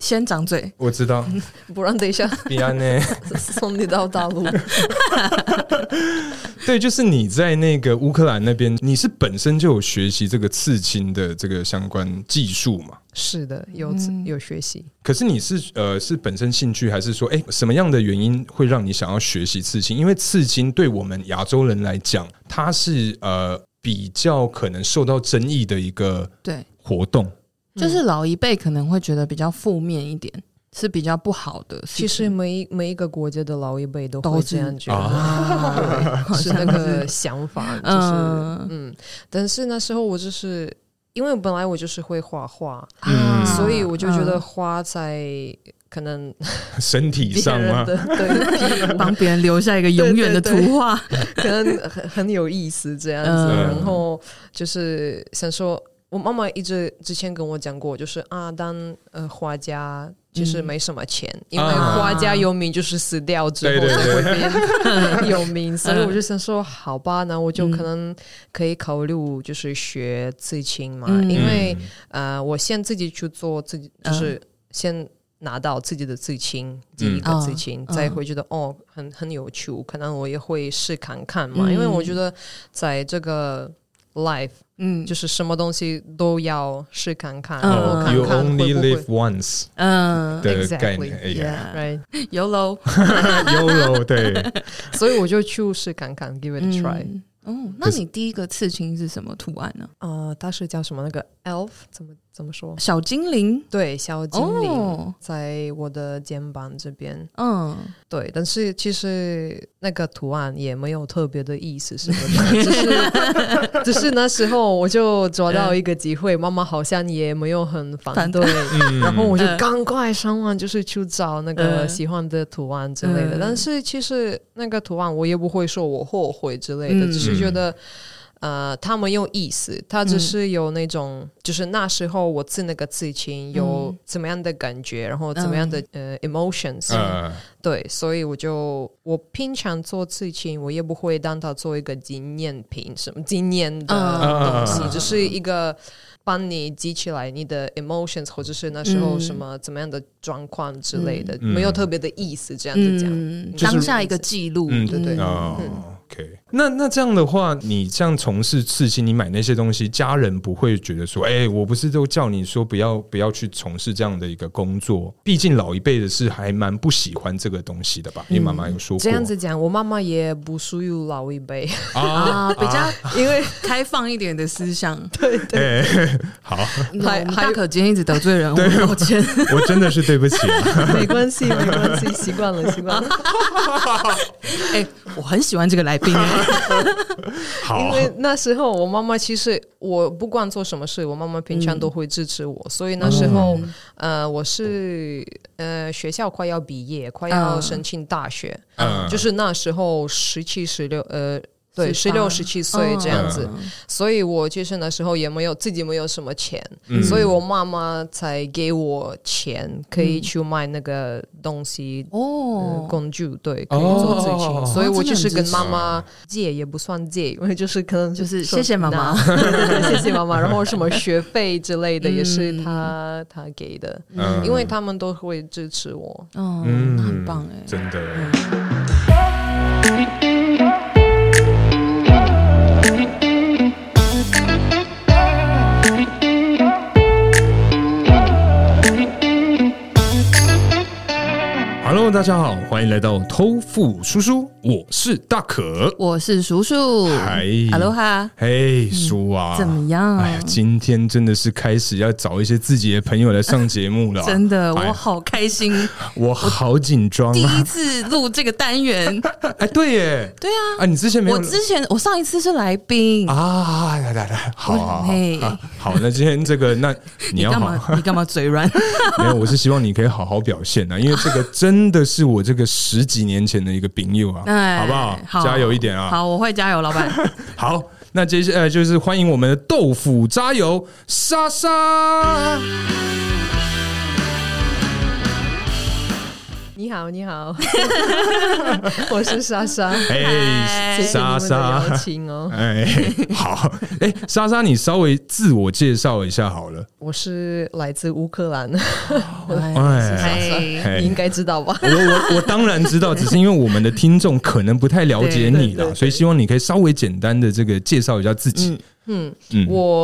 先掌嘴， 我知道， 不然等一下彼岸呢送你到大陆。 对，就是你在那个乌克兰那边，你是本身就有学习这个刺青的这个相关技术嘛？ 是的，有学习。 可是你是是本身兴趣，还是说什么样的原因会让你想要学习刺青？因为刺青对我们亚洲人来讲，它是比较可能受到争议的一个活动， 就是老一辈可能会觉得比较负面一点，是比较不好的事情。 其实每一个国家的老一辈都会这样觉得， 对，是那个想法，就是但是那时候我就是因为本来我就是会画画，所以我就觉得画在可能身体上吗？ 对， 帮别人留下一个永远的图画， 可能很有意思这样子。然后就是想说，我妈妈之前跟我讲过，就是当画家其实没什么钱，因为画家有名就是死掉之后才会变有名，所以我就想说，好吧，那我就可能可以考虑就是学刺青嘛，因为我先自己去做自己，就是先拿到自己的刺青，第一个刺青，再会觉得很有趣，可能我也会试看看嘛，因为我觉得在这个 life。就是什么东西都要试看看， You only live once 的概念 ，right YOLO 对， 所以我就去试看看 ，give it a try。 那你第一个刺青是什么图案呢？ 它是叫什么？那个 elf 怎么说？ 小精灵， 对，小精灵，在我的肩膀这边。对，但是其实那个图案也没有特别的意思什么的，只是那时候我就抓到一个机会，妈妈好像也没有很反对，然后我就赶快上网就是去找那个喜欢的图案之类的。但是其实那个图案我也不会说我后悔之类的，只是觉得。他们有意思，他只是有那种，就是那时候我刺那个刺青有怎么样的感觉，然后怎么样的emotions，对，所以我平常做刺青，我也不会当它做一个纪念品，什么纪念的东西，只是一个帮你记起来你的 emotions， 或者是那时候什么怎么样的状况之类的，没有特别的意思，这样子讲， 当下一个记录， 对。 OK， 那这样的话，你这样从事刺青，你买那些东西，家人不会觉得说，我不是都叫你说不要去从事这样的一个工作？毕竟老一辈的是还蛮不喜欢这个东西的吧？你妈妈有说过。 这样子讲，我妈妈也不属于老一辈比较因为开放一点的思想。 对， 好， 大可今天一直得罪人，我抱歉， 我真的是对不起没关系，习惯了。 我很喜欢这个来宾因为那时候我妈妈其实我不管做什么事，我妈妈平常都会支持我，所以那时候我是学校快要毕业，快要申请大学，就是那时候17、16对，16、17岁这样子，所以我其实那时候也自己没有什么钱，所以我妈妈才给我钱，可以去买那个东西工具，对，可以做刺青，所以我就是跟妈妈借，也不算借，因为就是可能就是谢谢妈妈， 谢谢妈妈，然后什么学费之类的也是她给的，因为他们都会支持我， 那很棒真的。Hello， 大家好，欢迎来到偷富叔叔，我是大可， 我是叔叔， 嗨 ，Aloha， 嘿，叔啊， 怎么样？ 哎呀，今天真的是开始要找一些自己的朋友来上节目了， 真的，我好开心， 我好紧张， 第一次录这个单元， 对耶， 对啊， 你之前没有， 我上一次是来宾啊，来，好，那今天这个，那你要你干嘛嘴软？ 没有，我是希望你可以好好表现啊，因为这个真的是我这个10几年前的一个朋友啊，好不好？加油一点啊！ 好，我会加油，老板。 好，那接下来就是欢迎我们的豆腐渣油莎莎。 你你好，你好，我是莎莎。 哎，莎莎， 邀请哦。 哎，好，哎，莎莎，你稍微自我介绍一下好了。 我是来自乌克兰， 哎， 你应该知道吧？ 我当然知道，只是因为我们的听众可能不太了解你啦，所以希望你可以稍微简单的这个介绍一下自己。 我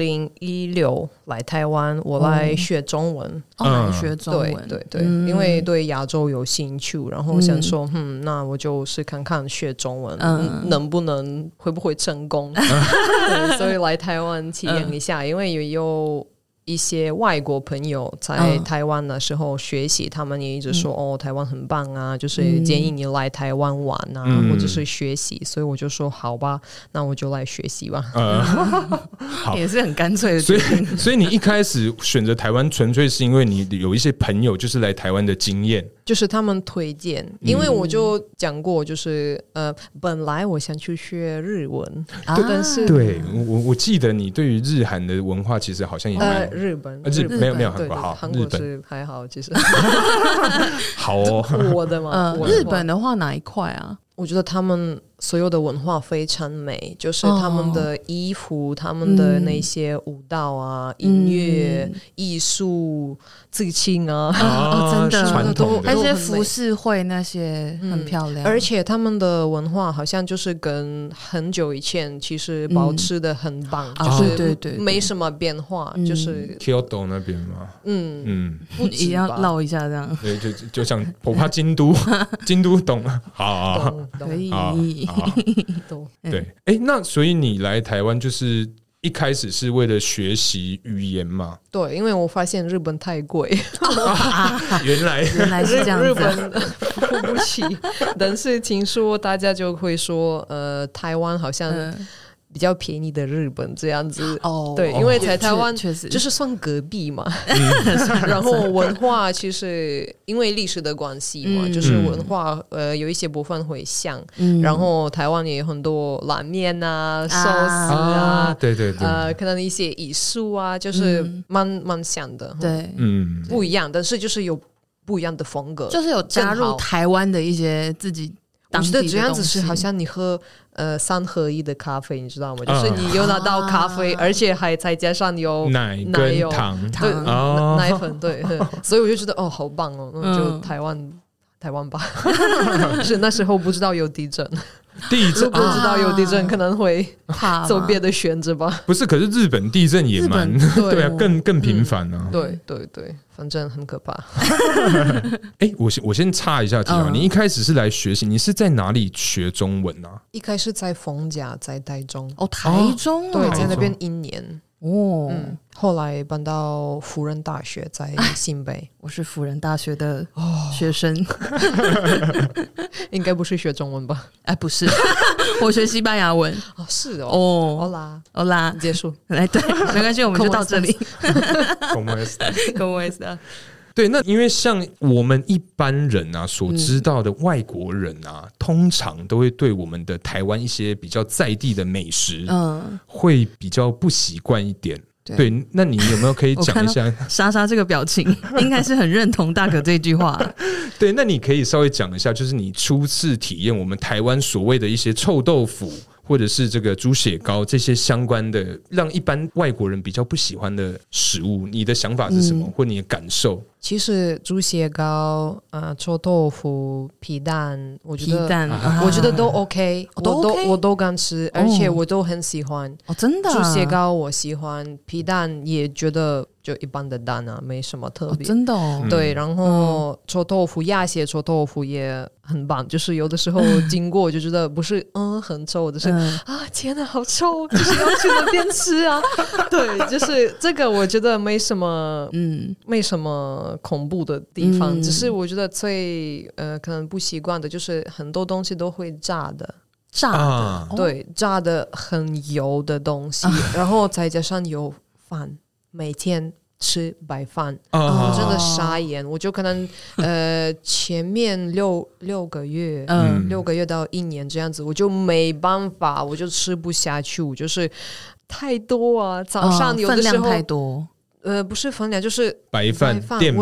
2016来台湾，我来学中文。 来学中文， 对，因为对亚洲有兴趣，然后想说，那我就是看看学中文，能不能会不会成功？对，所以来台湾体验一下，因为也有一些外国朋友在台湾的时候学习，他们也一直说哦，台湾很棒啊，就是建议你来台湾玩啊，或者是学习，所以我就说好吧，那我就来学习吧。 好， 也是很干脆的决定。 所以你一开始选择台湾，纯粹是因为你有一些朋友就是来台湾的经验， 就是他们推荐，因为我就讲过，就是本来我想去学日文，但是对我记得你对于日韩的文化其实好像也蛮日本没有韩国好， 韩国是还好，其实好哦， 我的嘛， 日本的话哪一块啊？ 我觉得他们所有的文化非常美，就是他们的衣服、他们的那些舞蹈啊、音乐、艺术、刺青真的传统的， 那些服饰会那些很漂亮， 而且他们的文化好像就是跟很久以前其实保持的很棒，就是没什么变化，就是 Kyoto 那边嘛， 一定要绕一下这样， 对，就像我怕京都懂了，好。 可以， 对，哎，那所以你来台湾就是一开始是为了学习语言嘛？ 对，因为我发现日本太贵， 原来是这样子， 日本付不起。但是听说大家就会说，台湾好像比较便宜的日本这样子对，因为在台湾确实就是算隔壁嘛，然后文化其实因为历史的关系嘛，就是文化有一些部分会像，然后台湾也有很多拉面啊、寿司啊， 对， 可能一些艺术啊，就是蛮像的， 对， 不一样，但是就是有不一样的风格， 就是有加入台湾的一些自己当地的东西。我觉得这样子是好像你喝3合1的咖啡，你知道吗？就是你有拿到咖啡，而且还再加上有奶跟糖， 对，奶粉，对，所以我就觉得好棒哦，那就台湾吧。是那时候不知道有地震，如果知道有地震，可能会走别的选择吧。 不是，可是日本地震也蛮对啊，更频繁啊。 对，反正很可怕。 哎，我先插一下题啊，你一开始是来学习，你是在哪里学中文啊？ 一开始在逢甲，在台中。 台中对，在那边1年。后来搬到辅仁大学，在新北。 我是辅仁大学的学生， 应该不是学中文吧？ 哎，不是，我学西班牙文。 是哦。 好啦， 结束。 来，对，没关系，我们就到这里。 Como está？对，那因为像我们一般人啊所知道的外国人啊，通常都会对我们的台湾一些比较在地的美食，会比较不习惯一点。对，那你有没有可以讲一下？ 莎莎这个表情应该是很认同大可这句话。 对，那你可以稍微讲一下，就是你初次体验我们台湾所谓的一些臭豆腐，或者是这个猪血糕这些相关的，让一般外国人比较不喜欢的食物，你的想法是什么，或你的感受？ 其实猪血糕、臭豆腐、皮蛋，我觉得都 OK， 我都敢吃，而且我都很喜欢。 真的， 猪血糕我喜欢，皮蛋也觉得就一般的蛋啊，没什么特别。 真的哦。 对，然后臭豆腐、鸭血臭豆腐也很棒，就是有的时候经过就觉得不是很臭，就是天哪，好臭，就是要去那边吃啊。对，就是这个我觉得没什么恐怖的地方，只是我觉得最可能不习惯的就是很多东西都会炸的，对，炸的很油的东西，然后再加上有饭，每天吃白饭，我真的傻眼。我就可能前面六个月到1年这样子，我就没办法，我就吃不下去，我就是太多啊，早上有的时候分量太多。 不是分量，就是白饭淀粉。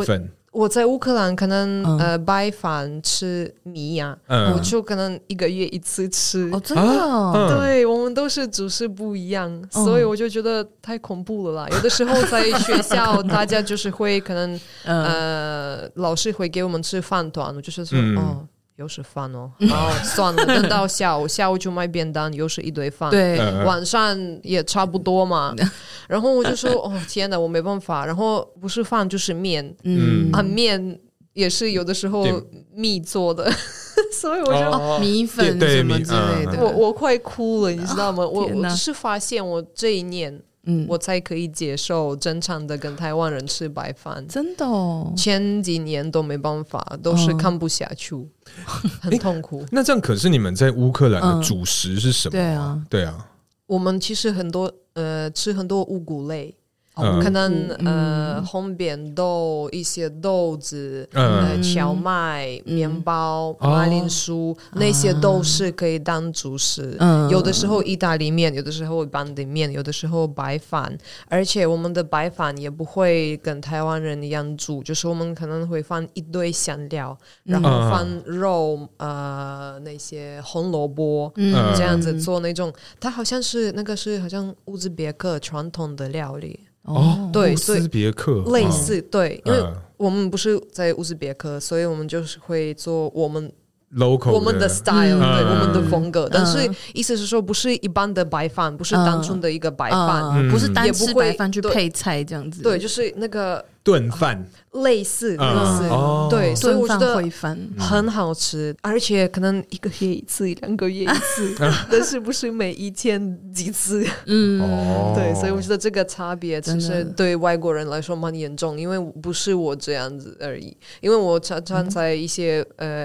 我在乌克兰可能白饭吃米呀，我就可能1个月1次吃。 真的对，我们都是主食不一样，所以我就觉得太恐怖了啦。有的时候在学校，大家就是会可能老师会给我们吃饭团，我就是说又是饭哦，然后算了，等到下午就买便当，又是一堆饭， 对， 晚上也差不多嘛。然后我就说天哪，我没办法。然后不是饭就是面，面也是有的时候米做的，所以我就米粉什么之类的， 我快哭了，你知道吗？我只是发现我这一年。我才可以接受正常的跟台湾人吃白饭， 真的哦。 前几年都没办法，都是看不下去，很痛苦。 那这样，可是你们在乌克兰的主食是什么？对啊， 我们其实吃很多五谷类。可能红扁豆、一些豆子、荞麦、面包、马铃薯，那些都是可以当主食。有的时候意大利面，有的时候板底面，有的时候白饭。而且我们的白饭也不会跟台湾人一样煮，就是我们可能会放一堆香料，然后放肉，那些红萝卜，这样子做那种。它好像是那个是好像乌兹别克传统的料理。对， 乌兹别克类似，对，因为我们不是在乌兹别克，所以我们就是会做我们 local 我们的 style，对，我们的风格。但是意思是说，不是一般的白饭，不是单纯的一个白饭， 不是单吃白饭去配菜这样子。 对，就是那个炖饭。 类似，对，所以我觉得很好吃，而且可能1个月1次、2个月1次，但是不是每一天几次。对，所以我觉得这个差别其实对外国人来说蛮严重，因为不是我这样子而已。因为我常常在一些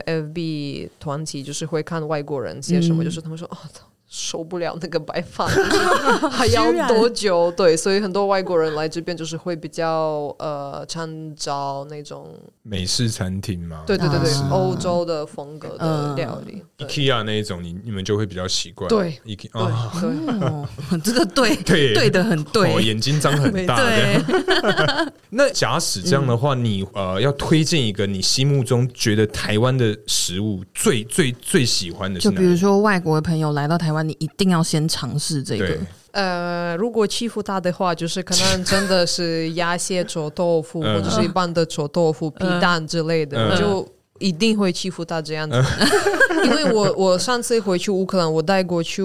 FB 团体，就是会看外国人写什么，就是他们说受不了那个白饭，还要多久？对，所以很多外国人来这边就是会比较常找那种美式餐厅嘛， 对，欧洲的风格的料理 ，IKEA 那一种，你们就会比较习惯。 对， 这个对的很对， 眼睛张很大。那假使这样的话，你要推荐一个你心目中觉得台湾的食物最喜欢的是哪？ 就比如说外国的朋友来到台湾，你一定要先尝试这个。 如果欺负他的话，就是可能真的是鸭血臭豆腐，或者是一般的臭豆腐、皮蛋之类的，就一定会欺负他这样子。因为我上次回去乌克兰，我带过去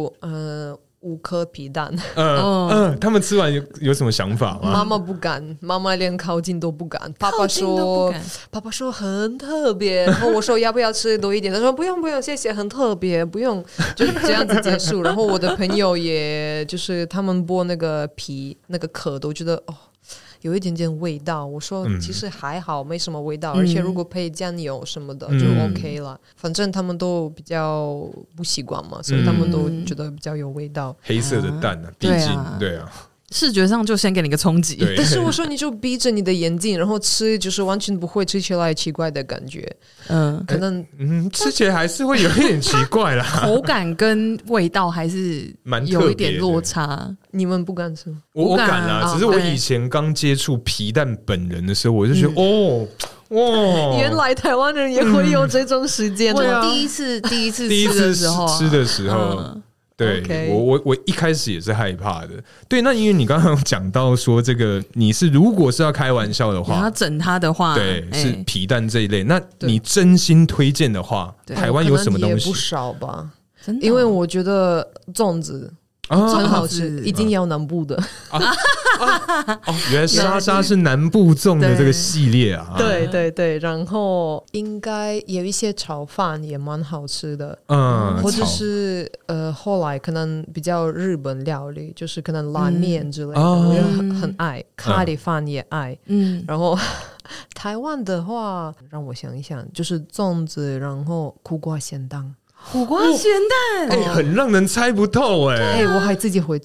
5颗皮蛋。 他们吃完有什么想法吗？ 妈妈不敢，妈妈连靠近都不敢。爸爸说很特别，然后我说要不要吃多一点？他说不用，谢谢，很特别，不用，就是这样子结束。然后我的朋友也就是他们剥那个皮那个壳都觉得有一点点味道，我说其实还好，没什么味道，而且如果配酱油什么的就 OK 了。反正他们都比较不习惯嘛，所以他们都觉得比较有味道。 黑色的蛋毕竟对啊。 视觉上就先给你个冲击， 但是我说你就闭着你的眼睛，然后吃，就是完全不会吃起来奇怪的感觉。可能吃起来还是会有一点奇怪啦， 口感跟味道还是有一点落差。 你们不敢吃？ 我敢啊，只是我以前刚接触皮蛋本人的时候，我就觉得原来台湾人也会有这种时间。 我第一次吃的时候。 对，我一开始也是害怕的。对，那因为你刚刚讲到说这个，你是如果是要开玩笑的话， 你要整他的话， 对，是皮蛋这一类。那你真心推荐的话，台湾有什么东西？ 也不少吧，因为我觉得粽子很好吃，一定要南部的。 原来莎莎是南部粽的这个系列啊。 对，然后应该有一些炒饭也蛮好吃的，或者是后来可能比较日本料理，就是可能拉面之类的，我也很爱，咖喱饭也爱。然后台湾的话，让我想一想，就是粽子，然后苦瓜咸蛋。 苦瓜咸蛋， 很让人猜不透哎！ 我还自己会做。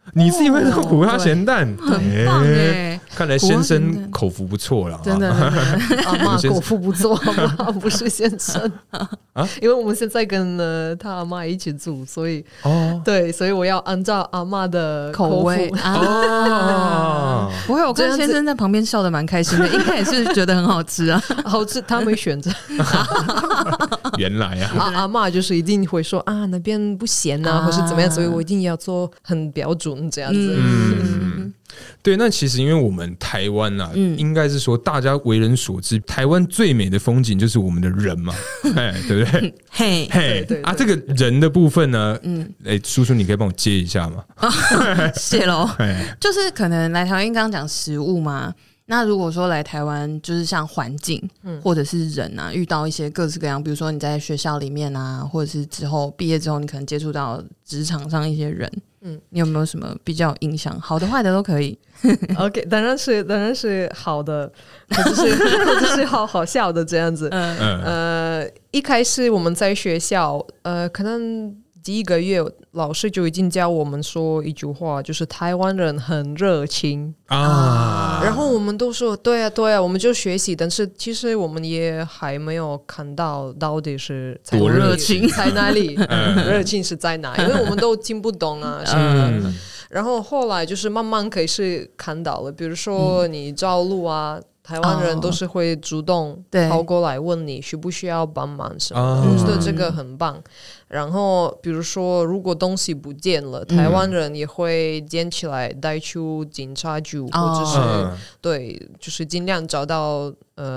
你是因为那个苦瓜咸蛋， 很棒耶！ 看来先生口福不错了， 真的。 阿嬷口福不错，好不好？不是先生啊，因为我们现在跟他阿嬷一起住，所以对，所以我要按照阿嬷的口味啊。不会，我看先生在旁边笑得蛮开心的，应该也是觉得很好吃啊， 好吃，他没选择。 原来啊， 阿嬷就是一定会说啊，那边不咸啊，或是怎么样，所以我一定要做很标准这样子。 对，那其实因为我们台湾啊，应该是说大家为人所知，台湾最美的风景就是我们的人嘛，对不对？ 嘿， 啊，这个人的部分呢，叔叔你可以帮我接一下吗？ 谢喽。就是可能来台湾，刚刚讲食物嘛。那如果说来台湾，就是像环境或者是人啊，遇到一些各式各样，比如说你在学校里面啊，或者是之后毕业之后，你可能接触到职场上一些人，你有没有什么比较有印象？好的坏的都可以。 OK， 当然是好的，或者是好笑的这样子。一开始我们在学校，可能第一个月老师就已经教我们说一句话，就是台湾人很热情啊。然后我们都说对啊，我们就学习，但是其实我们也还没有看到底是多热情在哪里，热情是在哪，因为我们都听不懂啊什么的。然后后来就是慢慢可以是看到了，比如说你找路啊。台湾人都是会主动跑过来问你需不需要帮忙什么的，我觉得这个很棒。然后比如说如果东西不见了，台湾人也会捡起来带去警察局，或者是对，就是尽量找到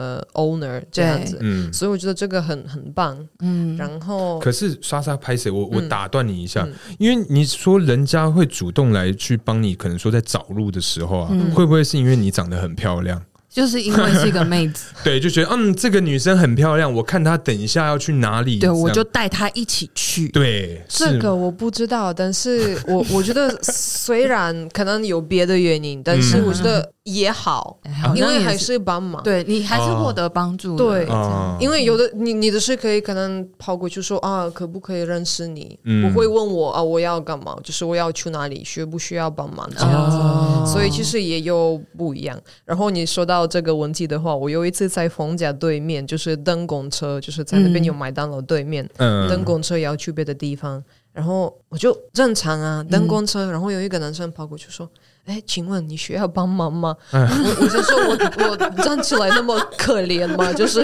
owner 这样子。所以我觉得这个很棒。然后可是莎莎拍谁？我打断你一下，因为你说人家会主动来去帮你，可能说在找路的时候啊，会不会是因为你长得很漂亮？ 就是因为是一个妹子， 对，就觉得这个女生很漂亮，我看她等一下要去哪里， 对，我就带她一起去。 对， 这个我不知道，但是我觉得虽然可能有别的原因，但是我觉得也好，因为还是帮忙， 对你还是获得帮助的。 对，因为有的你的是可能跑过去说啊，可不可以认识你？不会问我啊，我要干嘛？就是我要去哪里，需不需要帮忙这样子。所以其实也有不一样。然后你说到这个问题的话，我有一次在冯家对面，就是登公车，就是在那边有麦当劳对面，登公车也要去别的地方，然后我就正常登公车，然后有一个男生跑过去说：“哎，请问你需要帮忙吗？”我就说我站起来那么可怜吗？就是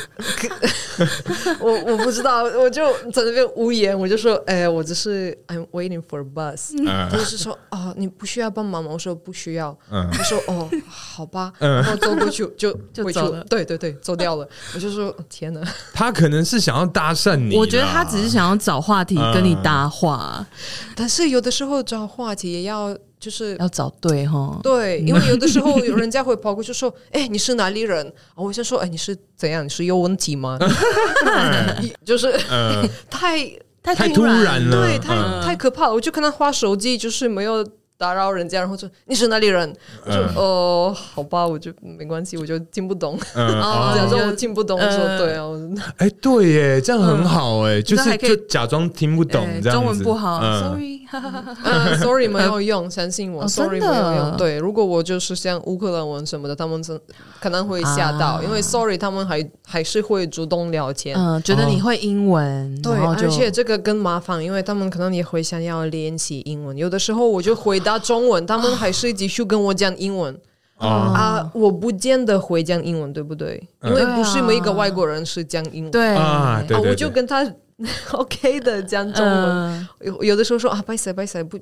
我不知道，我就在那边无言，我就说：“哎，我只是 I'm waiting for a bus。”他就是说：“哦，你不需要帮忙吗？”我说：“不需要。”他说：“哦，好吧。”然后走过去就回去了，对，走掉了。我就说：“天哪！” 他可能是想要搭讪你， 我觉得他只是想要找话题跟你搭话， 但是有的时候找话题也要。就是要找对哈， 对，因为有的时候有人家会跑过去说：“哎，你是哪里人？”我先说：“哎，你是怎样？你是有问题吗？”就是太突然了， 对，太可怕了。我就看他滑手机，就是没有打扰人家，然后说你是哪里人？就好吧，我就没关系，我就听不懂。假装我听不懂，我说对啊。 哎，对耶，这样很好哎，就假装听不懂这样子。 中文不好 ，sorry，sorry 没有用，相信我，sorry 没有用。对，如果我就是像乌克兰文什么的，他们可能会吓到，因为 sorry 他们还是会主动聊天， 觉得你会英文， 对，而且这个更麻烦，因为他们可能也会想要练习英文，有的时候我就回答中文，他们还是继续跟我讲英文。我不见得会讲英文，对不对？因为不是每一个外国人是讲英文。 对我就跟他OK 的讲中文。有的时候说啊，拜塞，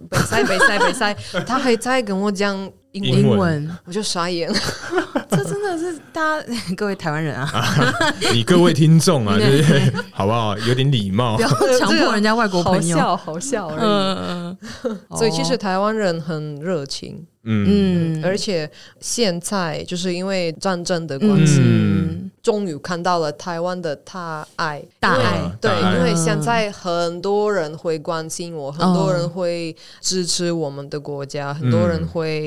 他还在跟我讲英文，我就傻眼。 这真的是大家各位台湾人啊， 你各位听众啊，就是好不好？有点礼貌， 不要强迫人家外国朋友， 好笑而已。所以其实台湾人很热情。而且现在就是因为战争的关系，终于看到了台湾的大爱。对，因为现在很多人会关心我，很多人会支持我们的国家，很多人会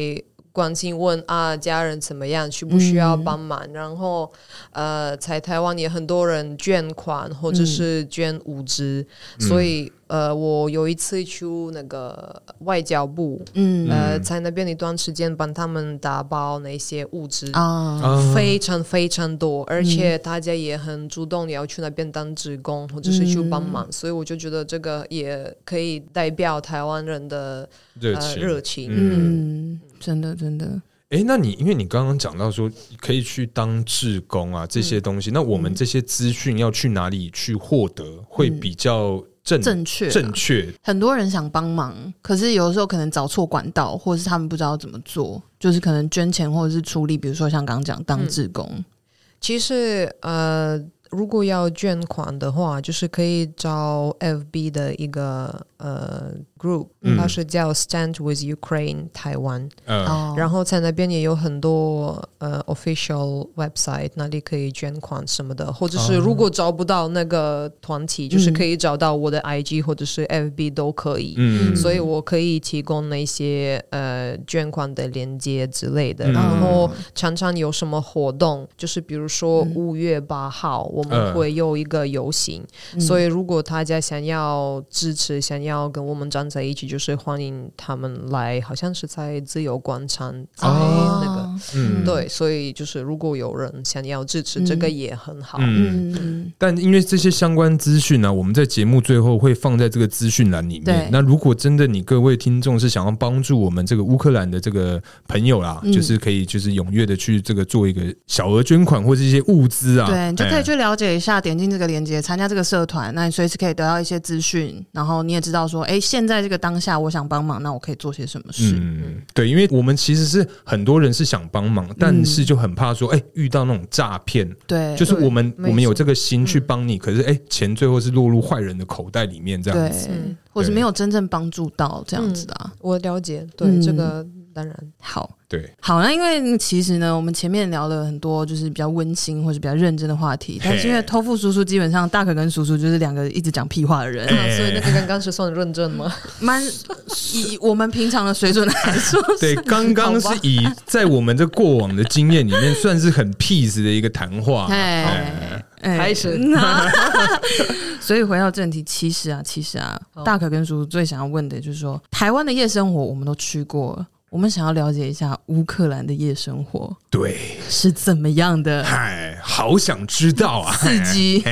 关心问啊家人怎么样，需不需要帮忙，然后在台湾也很多人捐款或者是捐物资，所以我有一次去那个外交部，在那边一段时间帮他们打包那些物资，非常非常多，而且大家也很主动要去那边当志工或者是去帮忙，所以我就觉得这个也可以代表台湾人的热情。 真的真的。 那你因为你刚刚讲到说可以去当志工啊这些东西，那我们这些资讯要去哪里去获得会比较正确？ 很多人想帮忙，可是有的时候可能找错管道，或是他们不知道怎么做，就是可能捐钱或者是出力，比如说像刚刚讲当志工。 其实如果要捐款的话，就是可以找 FB 的一个group，它是叫 Stand with Ukraine 台湾，然后在那边也有很多official website， 那里可以捐款什么的，或者是如果找不到那个团体，就是可以找到我的 IG 或者是 FB 都可以，所以我可以提供那些捐款的链接之类的，然后常常有什么活动，就是比如说5月8号我们会有一个游行，所以如果大家想要支持，想要跟我们站在一起，就是欢迎他们来，好像是在自由广场，在那个对，所以就是如果有人想要支持这个也很好。 但因为这些相关资讯呢，我们在节目最后会放在这个资讯栏里面。那如果真的你各位听众是想要帮助我们这个乌克兰的这个朋友啦，就是可以就是踊跃的去这个做一个小额捐款或是一些物资啊， 对，你就可以去了解一下，点进这个链接参加这个社团，那你随时可以得到一些资讯，然后你也知道说现在这个当下我想帮忙，那我可以做些什么事。 对，因为我们其实是很多人是想帮忙，但是就很怕说遇到那种诈骗， 对， 就是我们有这个心去帮你，可是钱最后是落入坏人的口袋里面这样子， 或是没有真正帮助到这样子的我了解，对，这个当然好。 对， 好，那因为其实呢，我们前面聊了很多就是比较温馨或者比较认真的话题，但是因为偷富叔叔基本上大可跟叔叔就是两个一直讲屁话的人， 所以那个刚刚是算认真吗？ 以我们平常的水准来说， 对，刚刚是以在我们这过往的经验里面算是很 peace 的一个谈话。 开始， 所以回到正题，其实啊，大可跟叔叔最想要问的就是说，台湾的夜生活我们都去过了。我们想要了解一下乌克兰的夜生活，对，是怎么样的？ 好想知道啊！ 刺激！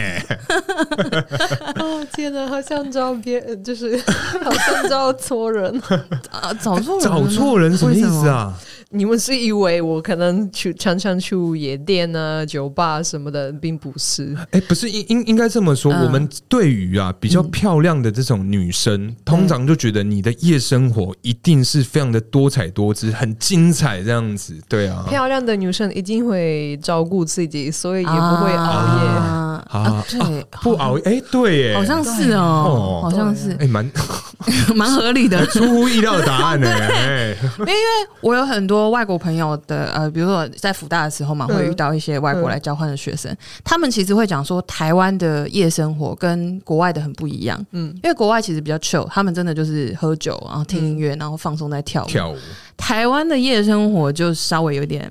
天哪，好像照片，就是好像找错人啊！找错人什么意思啊？ 你们是以为我可能常常去夜店啊、酒吧什么的，并不是。 不是，应该这么说。我们对于比较漂亮的这种女生，通常就觉得你的夜生活一定是非常的多彩多姿，很精彩这样子。对啊， 漂亮的女生一定会照顾自己，所以也不会熬夜。 对， 不熬夜，对耶， 好像是哦，好像是， 蛮合理的， 出乎意料的答案呢。 因为我有很多外国朋友的比如说在辅大的时候嘛，会遇到一些外国来交换的学生，他们其实会讲说台湾的夜生活跟国外的很不一样，因为国外其实比较 chill， 他们真的就是喝酒，然后听音乐，然后放松在跳舞。台湾的夜生活就稍微有点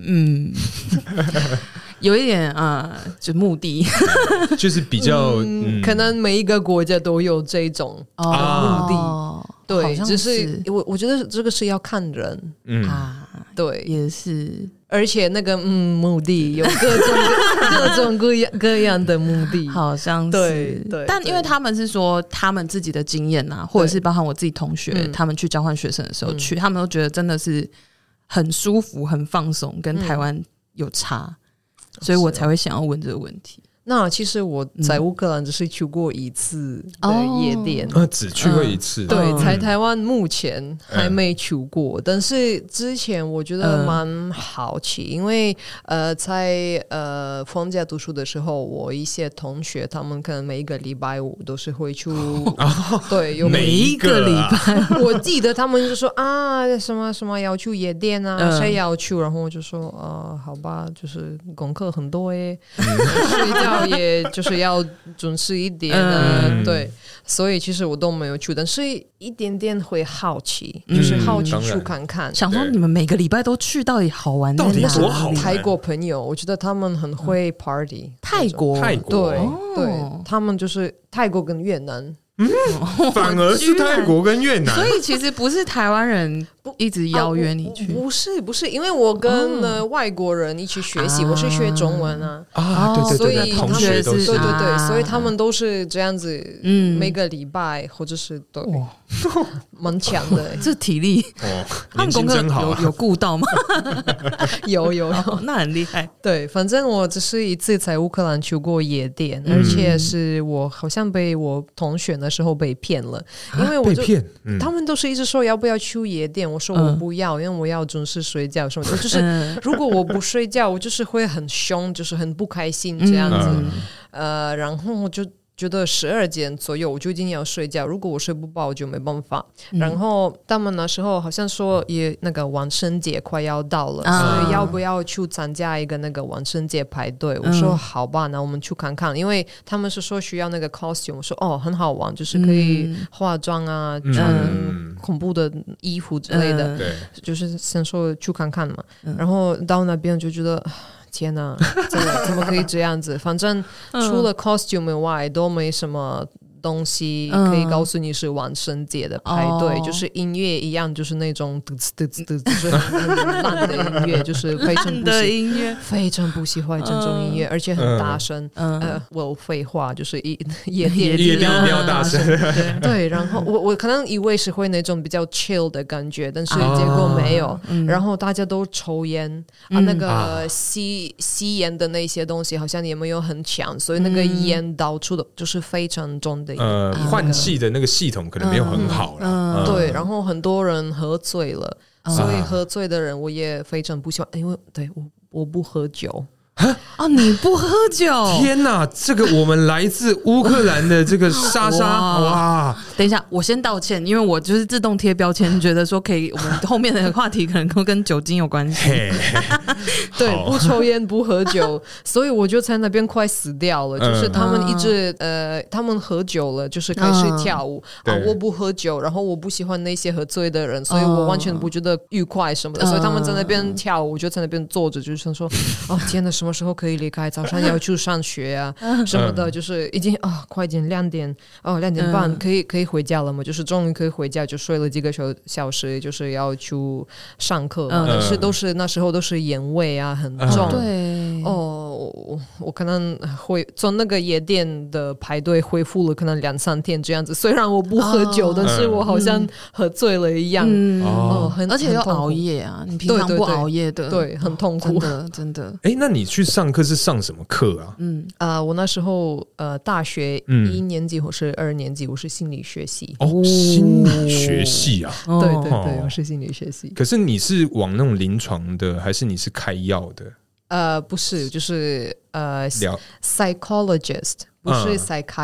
有一点就目的就是比较可能每一个国家都有这种目的，对，只是我觉得这个是要看人对， 也是， 而且那个目的有各种各样的目的， 好像是对， 但因为他们是说他们自己的经验啊，或者是包含我自己同学，他们去交换学生的时候去，他们都觉得真的是很舒服、很放松，跟台湾有差。所以我才会想要问这个问题。 那其实我在乌克兰只是去过一次的夜店， 只去过一次。 对，在台湾目前还没去过，但是之前我觉得蛮好奇，因为在放假读书的时候，我一些同学他们可能每一个礼拜五都是会去，对，有每一个礼拜， 我记得他们就说什么什么要去夜店啊，谁要去，然后我就说好吧，就是功课很多睡觉到也就是要准时一点对，所以其实我都没有去，但是一点点会好奇，就是好奇去看看， 想说你们每个礼拜都去，到底好玩在哪里？ 到底多好玩？ 泰国朋友，我觉得他们很会 party。 泰国， 对，他们就是泰国跟越南。 反而是泰国跟越南， 所以其实不是台湾人一直邀约你去， 不是，因为我跟外国人一起学习，我是学中文对， 所以同学都是对，所以他们都是这样子，每个礼拜或者是对，蛮强的， 这体力他们功课真好， 有顾到吗？ 有， 那很厉害。 对，反正我只是一次在乌克兰去过夜店，而且是我好像被我同学的时候被骗了，因为我就他们都是一直说要不要去夜店，我说我不要，因为我要准时睡觉什么的，就是如果我不睡觉，我就是会很凶，就是很不开心这样子，然后我就觉得12点左右我就一定要睡觉，如果我睡不饱我就没办法。然后他们那时候好像说也那个万圣节快要到了，所以要不要去参加一个那个万圣节派对？我说好吧，那我们去看看，因为他们是说需要那个 costume， 我说很好玩，就是可以化妆啊，穿恐怖的衣服之类的，就是先说去看看嘛。然后到那边就觉得天哪，怎么可以这样子？反正除了 costume 以外都没什么东西可以告诉你是万圣节的派对，就是音乐一样，就是那种就是很烂的音乐，就是非常不喜欢这种音乐，而且很大声。我废话，就是夜店一定要大声。 对，然后我可能以为是会那种比较 chill 的感觉，但是结果没有。然后大家都抽烟那个吸烟的那些东西好像也没有很强，所以那个烟到处的就是非常重的。 换气的那个系统可能没有很好啦。 对，然后很多人喝醉了，所以喝醉的人我也非常不喜欢，因为我不喝酒。 你不喝酒？ 天哪，这个我们来自乌克兰的这个莎莎，哇！ 等一下，我先道歉，因为我就是自动贴标签，觉得说可以，我们后面的话题可能都跟酒精有关系。 对，不抽烟不喝酒，所以我就在那边快死掉了。就是他们一直他们喝酒了，就是开始跳舞我不喝酒，然后我不喜欢那些喝醉的人，所以我完全不觉得愉快什么的。所以他们在那边跳舞，我就在那边坐着，就是想说天哪，什么时候可以离开？早上要去上学啊什么的，就是已经快一点2点2点半可以回家了嘛，就是终于可以回家，就睡了几个小时，就是要去上课嘛。但是那时候都是烟味啊很重。 对我可能会从那个夜店的排队恢复了可能2-3天这样子，虽然我不喝酒但是我好像喝醉了一样。 而且又熬夜啊，你平常不熬夜的， 对，很痛苦， 真的。 那你去上课是上什么课啊？ 我那时候大学1年级或是2年级，我是心理学系。 心理学系啊？ 对，我是心理学系。 可是你是往那种临床的，还是你是开药的？ 不是，就是psychologist， 不是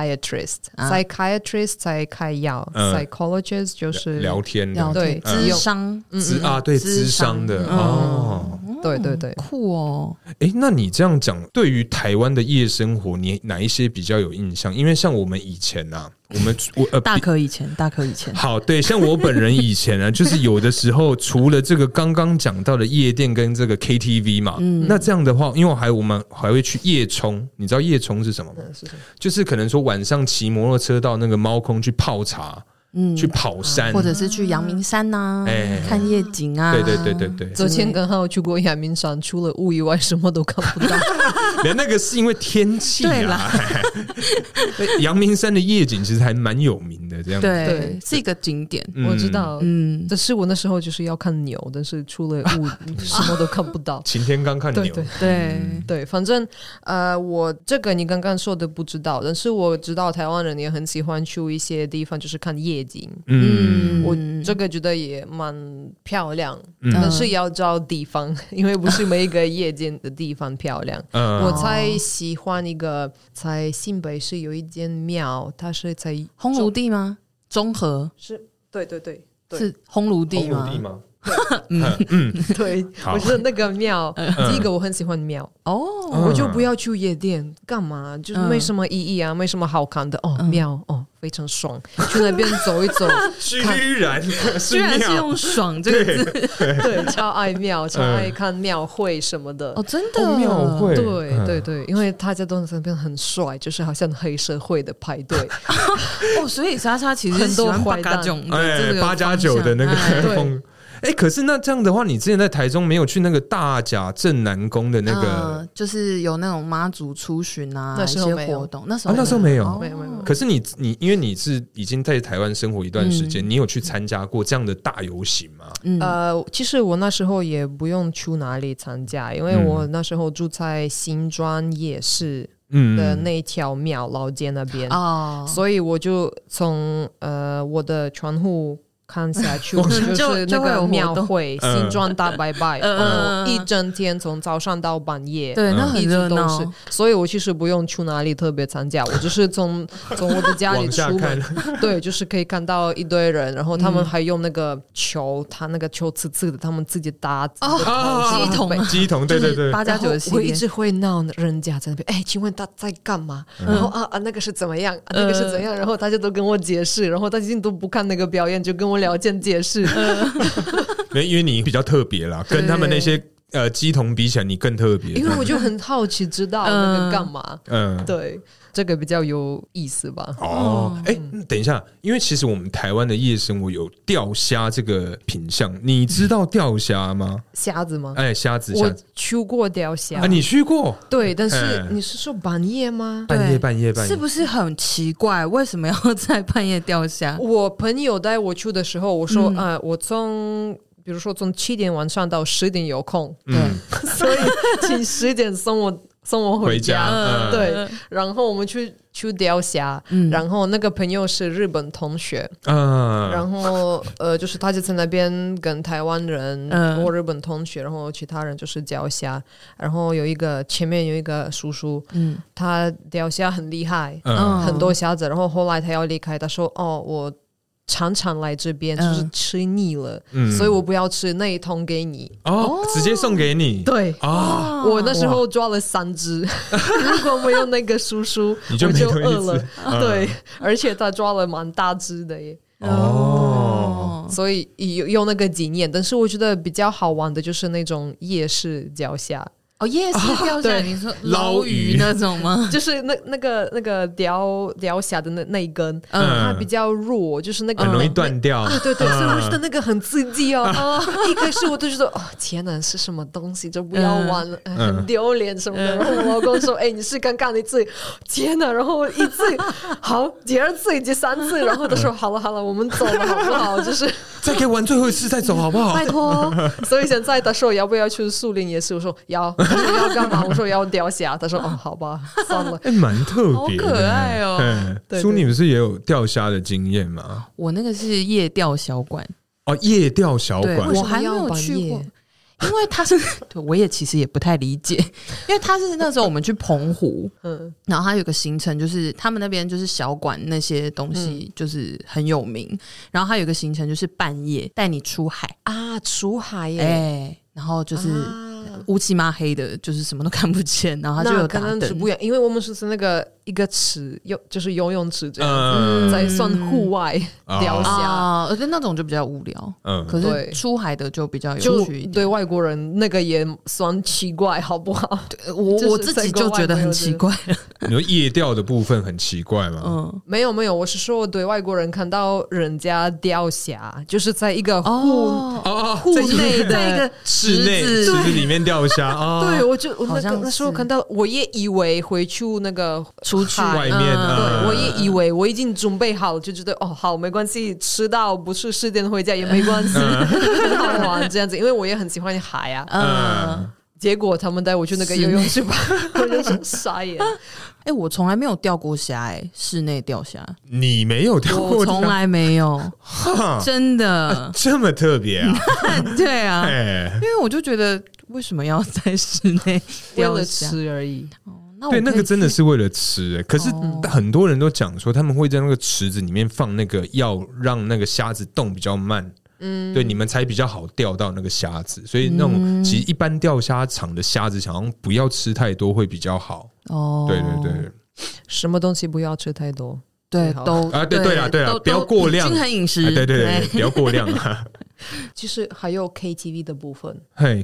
psychiatrist，psychiatrist 在开药，psychologist 就是聊天的， 对，咨商， 对，咨商的对， 酷哦。 那你这样讲，对于台湾的夜生活，你哪一些比较有印象？因为像我们以前大可以前， 好，对，像我本人以前就是有的时候除了这个刚刚讲到的夜店跟这个 KTV 嘛，那这样的话，因为我们还会去夜冲，你知道夜冲是什么吗？就是可能说晚上骑摩托车到那个猫空去泡茶。去跑山， 或者是去阳明山看夜景啊。 对。 昨天刚好去过阳明山，除了雾以外什么都看不到。 那个是因为天气啊。阳明山的夜景其实还蛮有名的，这样对，是一个景点， 我知道。但是我那时候就是要看牛，但是除了雾什么都看不到。 晴天刚看牛， 对，反正我这个你刚刚说的不知道，但是我知道台湾人也很喜欢去一些地方，就是看夜景。我这个觉得也蛮漂亮，但是也要找地方，因为不是每一个夜景的地方漂亮。我才喜欢一个在新北市有一间庙，它是在烘炉地吗？中和是，对， 是烘炉地吗？ 对，我觉得那个庙，第一个我很喜欢庙我就不要去夜店，干嘛？就是没什么意义啊，没什么好看的庙非常爽，去那边走一走。 居然是用爽这个字， 对，超爱庙，超爱看庙会什么的。 真的庙会， 对，因为大家都在那边很帅，就是好像黑社会的派对。 所以莎莎其实很多八加九 8+9的那个风。可是那这样的话，你之前在台中没有去那个大甲镇南宫的那个， 就是有那种妈祖出巡啊，那些活动。那时候没有， 没有。 可是你因为你是已经在台湾生活一段时间，你有去参加过这样的大游行吗？ 其实我那时候也不用去哪里参加，因为我那时候住在新庄夜市的那条庙老街那边，所以我就从我的窗户看下去就是那个庙会新庄大拜拜，一整天从早上到半夜， 对，那很热闹。 所以我其实不用去哪里特别参加，我就是从我的家里出门，对，就是可以看到一堆人，然后他们还用那个球，他那个球刺刺的，他们自己搭鸡桶，对 8+9的系列。 我一直会闹人家在那边，请问他在干嘛？然后那个是怎么样？那个是怎样？然后大家都跟我解释，然后大家都不看那个表演，就跟我聊天解释。 因为你比较特别啦，跟他们那些鸡童比起来，你更特别。 因为我就很好奇，知道那个干嘛？对，这个比较有意思吧。 等一下，因为其实我们台湾的夜生活有钓虾这个品项，你知道钓虾吗？ 虾子吗？ 虾子， 我去过钓虾。 你去过？ 对，但是你是说半夜吗？ 半夜， 是不是很奇怪？为什么要在半夜钓虾？ 我朋友带我去的时候，我说我比如说从7点晚上到10点有空，所以请10点送我回家，对，然后我们去钓虾，然后那个朋友是日本同学，然后就是他就在那边跟台湾人或日本同学，然后其他人就是钓虾，然后前面有一个叔叔，他钓虾很厉害，很多虾子，然后后来他要离开，他说我常常来这边就是吃腻了，所以我不要吃那一桶给你直接送给你。 对我那时候抓了3只，如果没有那个叔叔你就我就饿了。对，而且他抓了蛮大只的耶。所以有那个经验，但是我觉得比较好玩的就是那种夜市钓虾。 夜市钓虾，你说捞鱼那种吗？ 就是那个钓虾的那一根，它比较弱，就是那个很容易断掉。 对，所以我觉得那个很刺激一开始我都觉得天哪，是什么东西，就不要玩了，很丢脸什么的。然后我老公说你试看看一次，天哪！然后一次好，第2次、第3次，然后他说好了，我们走了好不好？就是再给玩最后一次再走好不好？ 拜托。所以现在他说要不要去树林夜市，我说要。他说要干嘛？我说要钓虾。他说好吧，算了。 蛮特别的， 好可爱哦。 苏，你不是也有钓虾的经验吗？ 我那个是夜钓小馆。 夜钓小馆， 我还没有去过。因为他是，我也其实也不太理解，因为他是那时候我们去澎湖，然后他有个行程，就是他们那边就是小馆那些东西就是很有名，然后他有个行程就是半夜带你出海出海耶， 然后就是乌漆嘛黑的，就是什么都看不见，然后他就有打灯。 可能是不一样，因为我们是那个一个池，就是游泳池这样，才算户外钓虾， 而且那种就比较无聊。可是出海的就比较有趣一点。 对外国人那个也算奇怪，好不好？ 我自己就觉得很奇怪了。 你说夜钓的部分很奇怪吗？ 没有，我是说对外国人看到人家钓虾，就是在一个户内的一个室里面钓虾。 对，我那时候看到，我也以为回去那个出去外面， 对，我也以为我已经准备好，就觉得好没关系，吃到不是10点回家也没关系，很好玩这样子，因为我也很喜欢海啊。结果他们带我去那个游泳池吧，我就是傻眼。 我从来没有钓过虾，室内钓虾。 你没有钓过？ 我从来没有，真的这么特别啊？ 对啊，因为我就觉得为什么要在室内钓虾？ 为了吃而已。 对，那个真的是为了吃。可是很多人都讲说，他们会在那个池子里面放那个要让那个虾子动比较慢。 对，你们才比较好钓到那个虾子，所以那种其实一般钓虾场的虾子好像不要吃太多会比较好。对对对， 什么东西不要吃太多？ 对，都对啦，不要过量， 均衡饮食。 对对对，不要过量啊。 其实还有 KTV 的部分。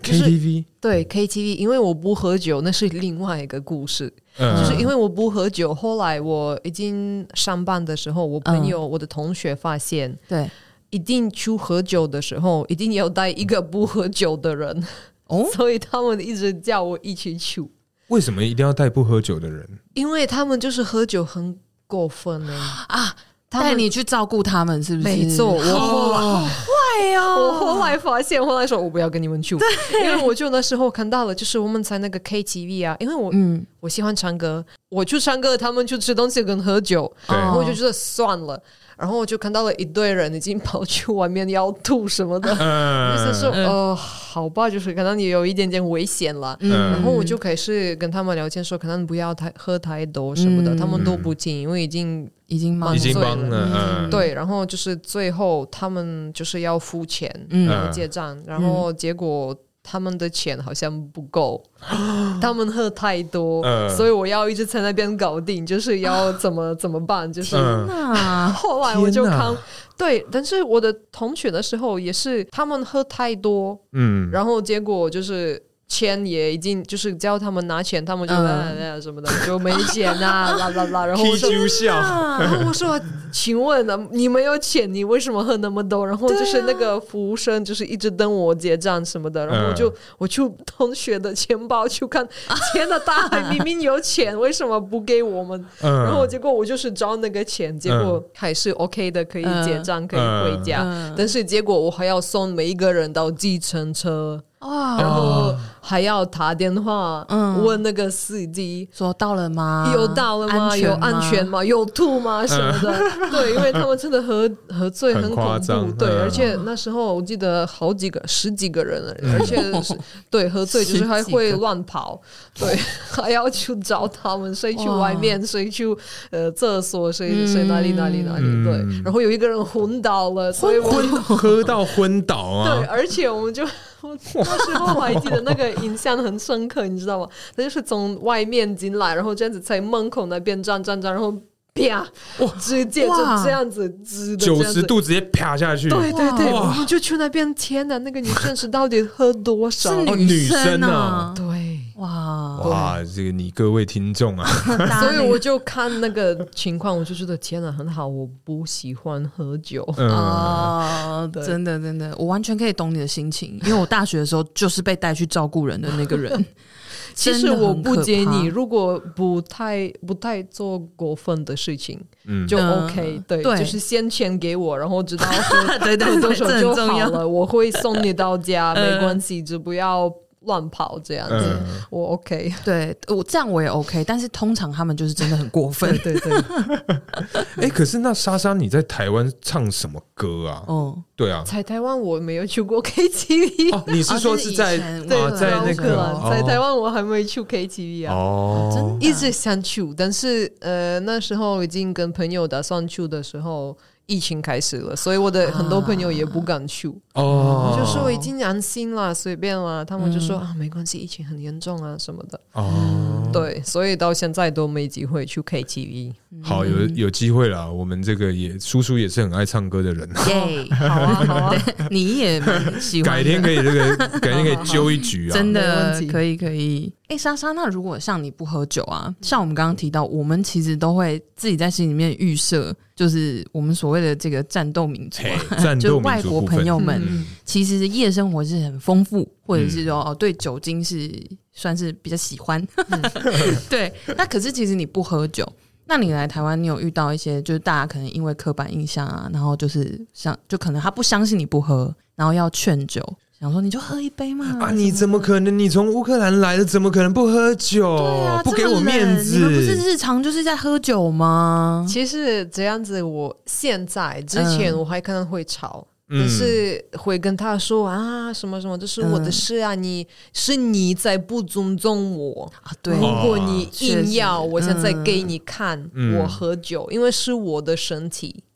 KTV 对 KTV， 因为我不喝酒，那是另外一个故事。就是因为我不喝酒，后来我已经上班的时候，我朋友、我的同学发现， 对， 一定去喝酒的时候，一定要带一个不喝酒的人。所以他们一直叫我一起去。 为什么一定要带不喝酒的人？ 因为他们就是喝酒很过分啊！带你去照顾他们是不是？ 没错，我后来坏哦！ 我后来发现，后来说我不要跟你们去，因为我就那时候看到了，就是我们在那个 KTV 啊，因为我喜欢唱歌，我去唱歌，他们去吃东西跟喝酒，然后我就觉得算了。然后我就看到了一堆人已经跑去外面要吐什么的，就是说好吧，就是可能也有一点点危险了。然后我就开始跟他们聊天说，可能不要喝太多什么的，他们都不听，因为已经蛮醉了。对，然后就是最后他们就是要付钱，然后结账，然后结果他们的钱好像不够，他们喝太多，所以我要一直在那边搞定，就是要怎么办，就是后来我就看对，但是我的同学的时候也是他们喝太多，然后结果就是钱也已经就是叫他们拿钱，他们就什么的就没钱啊，啦啦啦。然后我说，请问你没有钱，你为什么喝那么多？然后就是那个服务生就是一直等我结账什么的，然后我去同学的钱包去看，天哪，他还明明有钱，为什么不给我们？然后结果我就是找那个钱，结果还是 OK 的，可以结账，可以回家，但是结果我还要送每一个人到计程车。然后还要打电话问那个司机说到了吗？ 有到了吗？有安全吗？有吐吗？什么的。对，因为他们真的喝醉很恐怖。对，而且那时候我记得十几个人，而且对喝醉就是还会乱跑，对，还要去找他们，谁去外面，谁去厕所，谁哪里。对，然后有一个人昏倒了，所以喝到昏倒啊。 对，而且我们就。那时候我还记得那个印象很深刻，你知道吗？他就是从外面进来，然后这样子在门口那边站，然后啪，直接就这样子 90度直接啪下去。 对对对，我们就去那边，天哪，那个女生是到底喝多少？ 是女生啊， 对， 哇，这个你各位听众啊， 所以我就看那个情况，我就觉得天哪，很好，我不喜欢喝酒真的，我完全可以懂你的心情，因为我大学的时候就是被带去照顾人的那个人。 其实我不建议，如果不太做过分的事情，就 OK。对，就是先钱给我，然后直到喝多少就好了，我会送你到家，没关系，只不要乱跑这样子，我 OK。 对，我这样我也 OK， 但是通常他们就是真的很过分。 对。 可是那莎莎你在台湾唱什么歌啊？对啊， 在台湾我没有去过 KTV。 你是说是在在那个在台湾我还没去 KTV 啊？真的一直想去，但是那时候已经跟朋友打算去的时候。疫情开始了，所以我的很多朋友也不敢去。我就说我已经安心了，随便了。他们就说没关系，疫情很严重啊什么的。对，所以到现在都没机会去 KTV。 好，有机会啦。我们这个叔叔也是很爱唱歌的人。 好啊，你也蛮喜欢。改天可以揪一局啊， 真的可以。莎莎，那如果像你不喝酒啊，像我们刚刚提到，我们其实都会自己在心里面预设，就是我们所谓的这个战斗民族就外国朋友们，其实夜生活是很丰富，或者是说对酒精是算是比较喜欢。对，那可是其实你不喝酒，那你来台湾，你有遇到一些就是大家可能因为刻板印象啊，然后就是就可能他不相信你不喝，然后要劝酒。想说你就喝一杯嘛你怎么可能？你从乌克兰来的，怎么可能不喝酒？ 对啊， 不给我面子！ 你们不是日常就是在喝酒吗？ 其实这样子，我现在之前我还可能会吵，但是会跟他说什么什么，这是我的事啊，你在不尊重我对， 如果你硬要，我现在给你看我喝酒，因为是我的身体。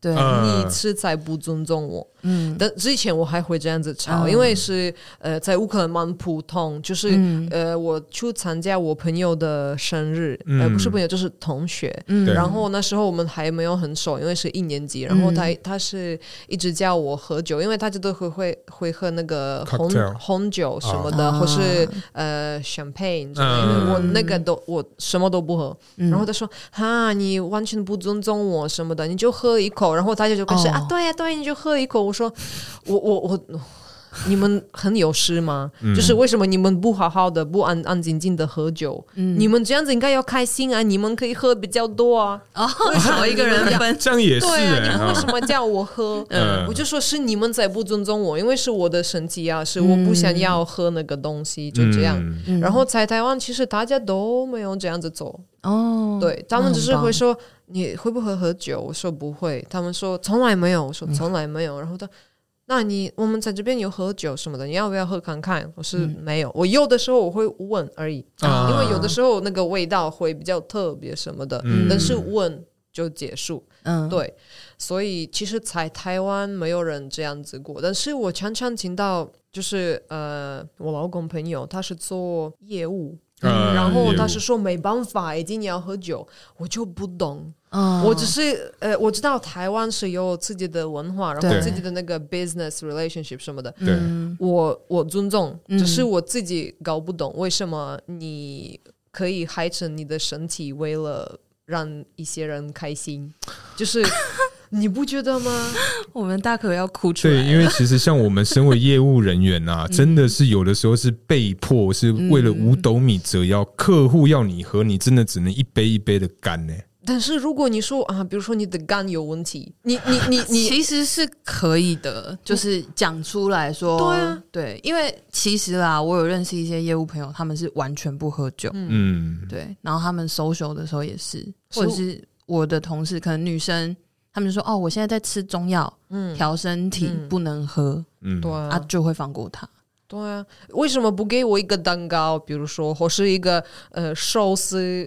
对， 你是在不尊重我。但之前我还会这样子吵，因为是在乌克兰蛮普通，就是我去参加我朋友的生日，不是朋友就是同学，然后那时候我们还没有很熟，因为是1年级，然后他是一直叫我喝酒，因为他都会喝那个红酒什么的，或是champagne 之类的，我那个我什么都不喝，然后他说哈你完全不尊重我什么的，你就喝一口，然后他就开始对呀对，你就喝一口。我说我你们很有事吗？就是为什么你们不好好的不安静静的喝酒？你们这样子应该要开心啊！你们可以喝比较多啊！ 为什么一个人分？ 这样也是对啊！你们为什么叫我喝？我就说是你们在不尊重我，因为是我的身体啊，是我不想要喝那个东西，就这样。然后在台湾，其实大家都没有这样子做哦。对，他们只是会说你会不会喝酒？我说不会，他们说从来没有，我说从来没有。然后那我们在这边有喝酒什么的，你要不要喝看看？我是没有，我有的时候我会问而已，因为有的时候那个味道会比较特别什么的，但是问就结束。对，所以其实在台湾没有人这样子过，但是我常常听到，就是我老公朋友他是做业务。然后他是说没办法一定要喝酒，我就不懂。我只是我知道台湾是有自己的文化，然后自己的那个 business relationship 什么的，我尊重，只是我自己搞不懂为什么你可以害成你的身体为了让一些人开心，就是你不觉得吗？ 我们大可要哭出来。 对，因为其实像我们身为业务人员啊，真的是有的时候是被迫，是为了5斗米折腰，客户要你喝，你真的只能一杯一杯的干呢。 但是如果你说比如说你的肝有问题，你其实是可以的，就是讲出来说， 对啊， 对，因为其实啦，我有认识一些业务朋友，他们是完全不喝酒，对，然后他们 social 的时候也是，或者是我的同事，可能女生。他们就说我现在在吃中药，调身体，不能喝， 对啊， 就会放过他。 对啊，为什么不给我一个蛋糕？比如说，或是一个寿司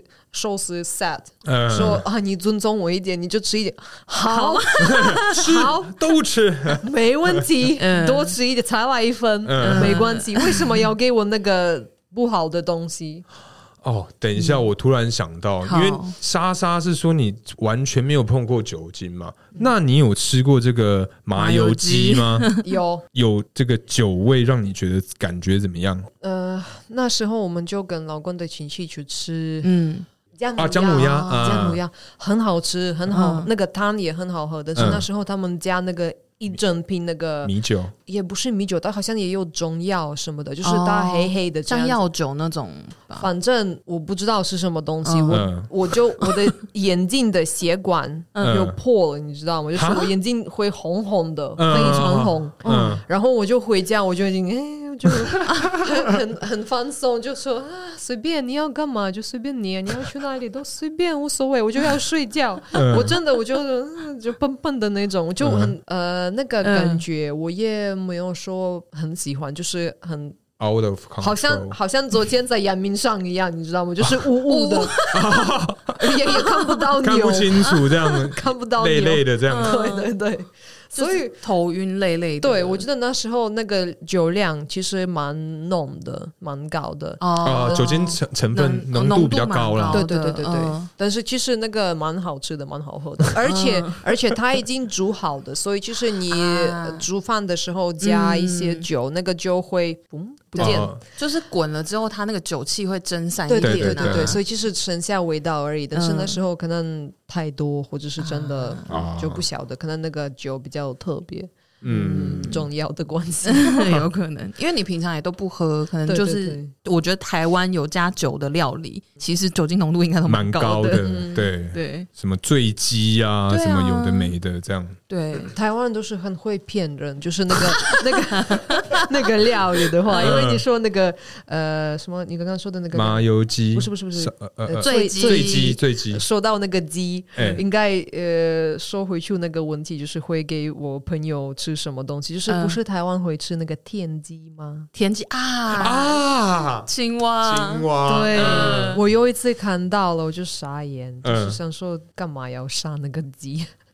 set，说你尊重我一点，你就吃一点，好，好， 都吃， 没问题，多吃一点，才来1份，没关系。为什么要给我那个不好的东西？ 等一下，我突然想到，因为莎莎是说你完全没有碰过酒精嘛，那你有吃过这个麻油鸡吗？有这个酒味让你觉得感觉怎么样？ 那时候我们就跟老公的亲戚去吃，姜母鸭很好吃，很好，那个汤也很好喝，但是那时候他们加那个一整瓶那个米酒，也不是米酒，它好像也有中药什么的，就是它黑黑的， 像药酒那种。 反正我不知道是什么东西，我的眼睛的血管就破了，你知道吗？就是我眼睛会红红的，非常红。然后我就回家，我就已经就很放松，就说随便你要干嘛就随便你要去哪里都随便无所谓，我就要睡觉。我真的我就笨笨的那种，就很那个感觉，我也没有说很喜欢，就是很 out of control， 好像昨天在阳明上一样，你知道吗？就是雾雾的，也看不到牛， 看不清楚这样， 看不到累累的这样， 对对对。所以头晕累累的。 对，我觉得那时候那个酒量其实蛮浓的，蛮高的酒精成分浓度比较高了。 对对对对对。但是其实那个蛮好吃的，蛮好喝的，而且它已经煮好的，所以其实你煮饭的时候加一些酒，那个就会不见， 就是滚了之后，它那个酒气会蒸散一点。 对对对对，所以其实剩下味道而已。但是那时候可能太多，或者是真的就不晓得，可能那个酒比较特别，重要的关系有可能，因为你平常也都不喝，可能就是我觉得台湾有加酒的料理，其实酒精浓度应该都蛮高的，对对， 什么醉鸡啊，什么有的没的这样。 对，台湾人都是很会骗人，就是那个料理的话，因为你说那个什么，你刚刚说的那个麻油鸡， 不是醉鸡， 说到那个鸡，应该说回去那个问题，就是会给我朋友吃什么东西，就是不是台湾会吃那个田鸡吗？ 田鸡青蛙， 对，我有一次看到了，我就傻眼，就是想说干嘛要杀那个鸡？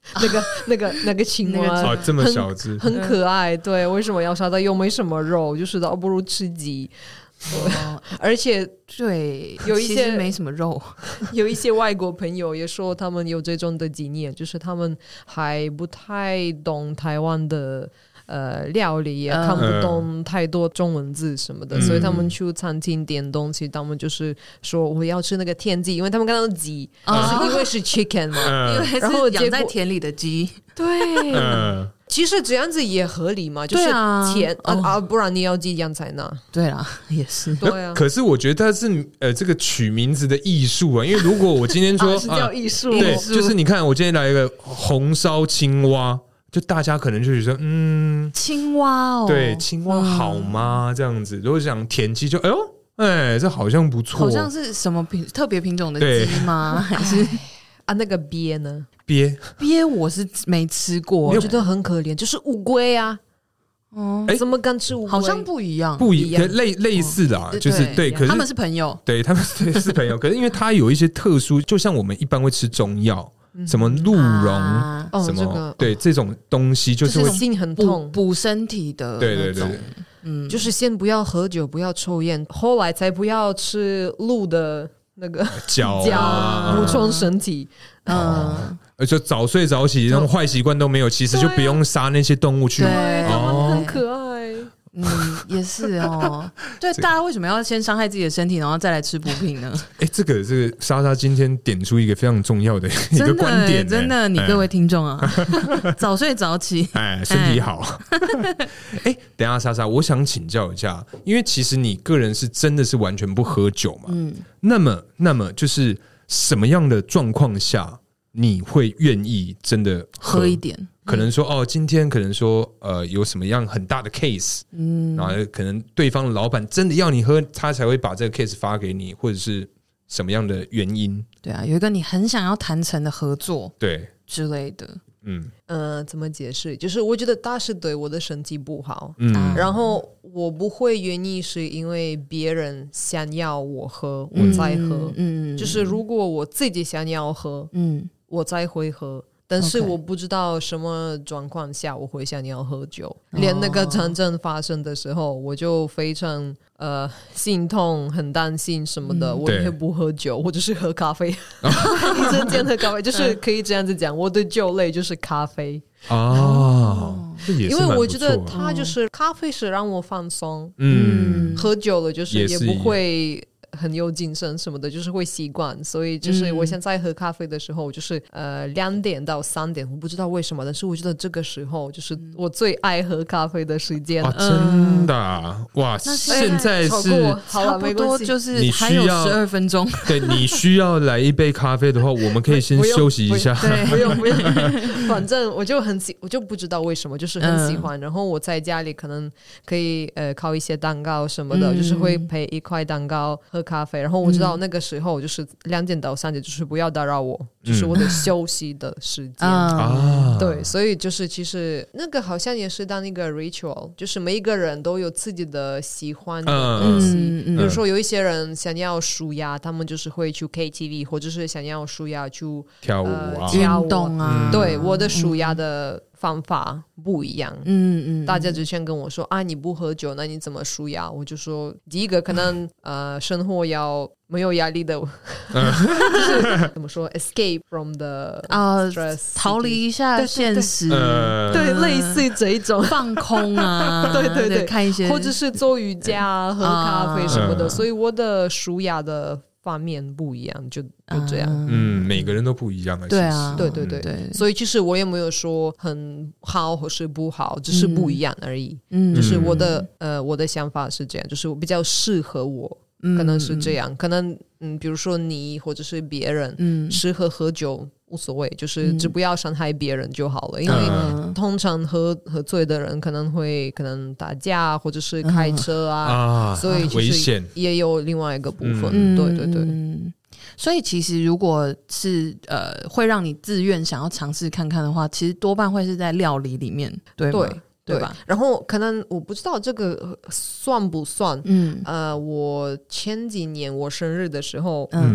那个青蛙这么小只， 很可爱。对，为什么要杀它？又没什么肉，就是倒不如吃鸡。而且对， 有一些没什么肉， 有一些外国朋友也说他们有这种的经验，就是他们还不太懂台湾的料理，也看不懂太多中文字什么的，所以他们去餐厅点东西，他们就是说我要吃那个天鸡，因为他们看到鸡，就是因为是 chicken 嘛， 然后养在田里的鸡， 对。其实这样子也合理嘛，就是田不然你要鸡养在哪？ 对啦，也是。 对啊。 可是我觉得它是这个取名字的艺术啊，因为如果我今天说是叫艺术， 对，就是你看我今天来一个红烧青蛙，就大家可能就觉得青蛙哦， 对，青蛙好吗？这样子，如果想田鸡就这好像不错， 好像是什么特别品种的鸡吗？还是那个鳖呢？ 鳖我是没吃过， 我觉得很可怜，就是乌龟啊。怎么敢吃乌龟？ 好像不一样， 类似啦，就是对，可是他们是朋友， 对，他们是朋友，可是因为它有一些特殊，就像我们一般会吃中药，什么鹿茸，什么对这种东西，就是心很痛， 补身体的， 对， 就是先不要喝酒，不要抽烟，后来才不要吃鹿的那个脚补充身体。 就早睡早起，那种坏习惯都没有，其实就不用杀那些动物去。 对，他们很可爱。 也是哦。对，大家为什么要先伤害自己的身体，然后再来吃补品呢？ 这个莎莎今天点出一个非常重要的一个观点， 真的，你各位听众啊，早睡早起， 身体好。等一下，莎莎，我想请教一下，因为其实你个人是真的是完全不喝酒嘛？那么就是什么样的状况下你会愿意真的喝一点？ 可能说今天可能说有什么样很大的 case，然后可能对方的老板真的要你喝，他才会把这个 case 发给你，或者是什么样的原因？对啊，有一个你很想要谈成的合作， 对之类的。 怎么解释？就是我觉得他是对我的身体不好，然后我不会愿意是因为别人想要我喝，我再喝。就是如果我自己想要喝，我才会喝。但是我不知道什么状况下我会想要喝酒，连那个真正发生的时候，我就非常心痛，很担心什么的，我也不喝酒，我就是喝咖啡，一整天喝咖啡，就是可以这样子讲，我的酒类就是咖啡。因为我觉得它就是咖啡是让我放松，喝酒了就是也不会很有精神什么的，就是会习惯，所以就是我现在喝咖啡的时候，就是2点到3点，我不知道为什么，但是我觉得这个时候就是我最爱喝咖啡的时间。 真的哇！现在是差不多就是还有12分钟， 对，你需要来一杯咖啡的话，我们可以先休息一下。 不用，反正我就不知道为什么，就是很喜欢。然后我在家里可能可以烤一些蛋糕什么的，就是会配一块蛋糕喝咖啡，然后我知道那个时候就是2点到3点，就是不要打扰我，就是我的休息的时间。对，所以就是其实那个好像也是当一个 ritual， 就是每一个人都有自己的喜欢的东西。比如说有一些人想要舒压，他们就是会去 KTV， 或者是想要舒压去跳舞啊、 运动啊。 对，我的舒压的方法不一样。大家之前跟我说你不喝酒，那你怎么舒压？我就说第一个可能生活要没有压力的，就是怎么说 escape from the stress， 逃离一下现实， 对，类似这一种放空啊， 对， 看一些， 或者是做瑜伽、喝咖啡什么的。所以我的舒压的方面不一样，就这样。 每个人都不一样。 对啊， 对，所以其实我也没有说很好或是不好，只是不一样而已。就是我的想法是这样，就是我比较适合我，可能是这样。可能比如说你或者是别人适合喝酒无所谓，就是只不要伤害别人就好了。因为通常喝醉的人可能打架或者是开车所以其实也有另外一个部分。对。 所以其实如果是会让你自愿想要尝试看看的话，其实多半会是在料理里面，对吗？对吧？ 然后可能我不知道这个算不算。我前几年我生日的时候，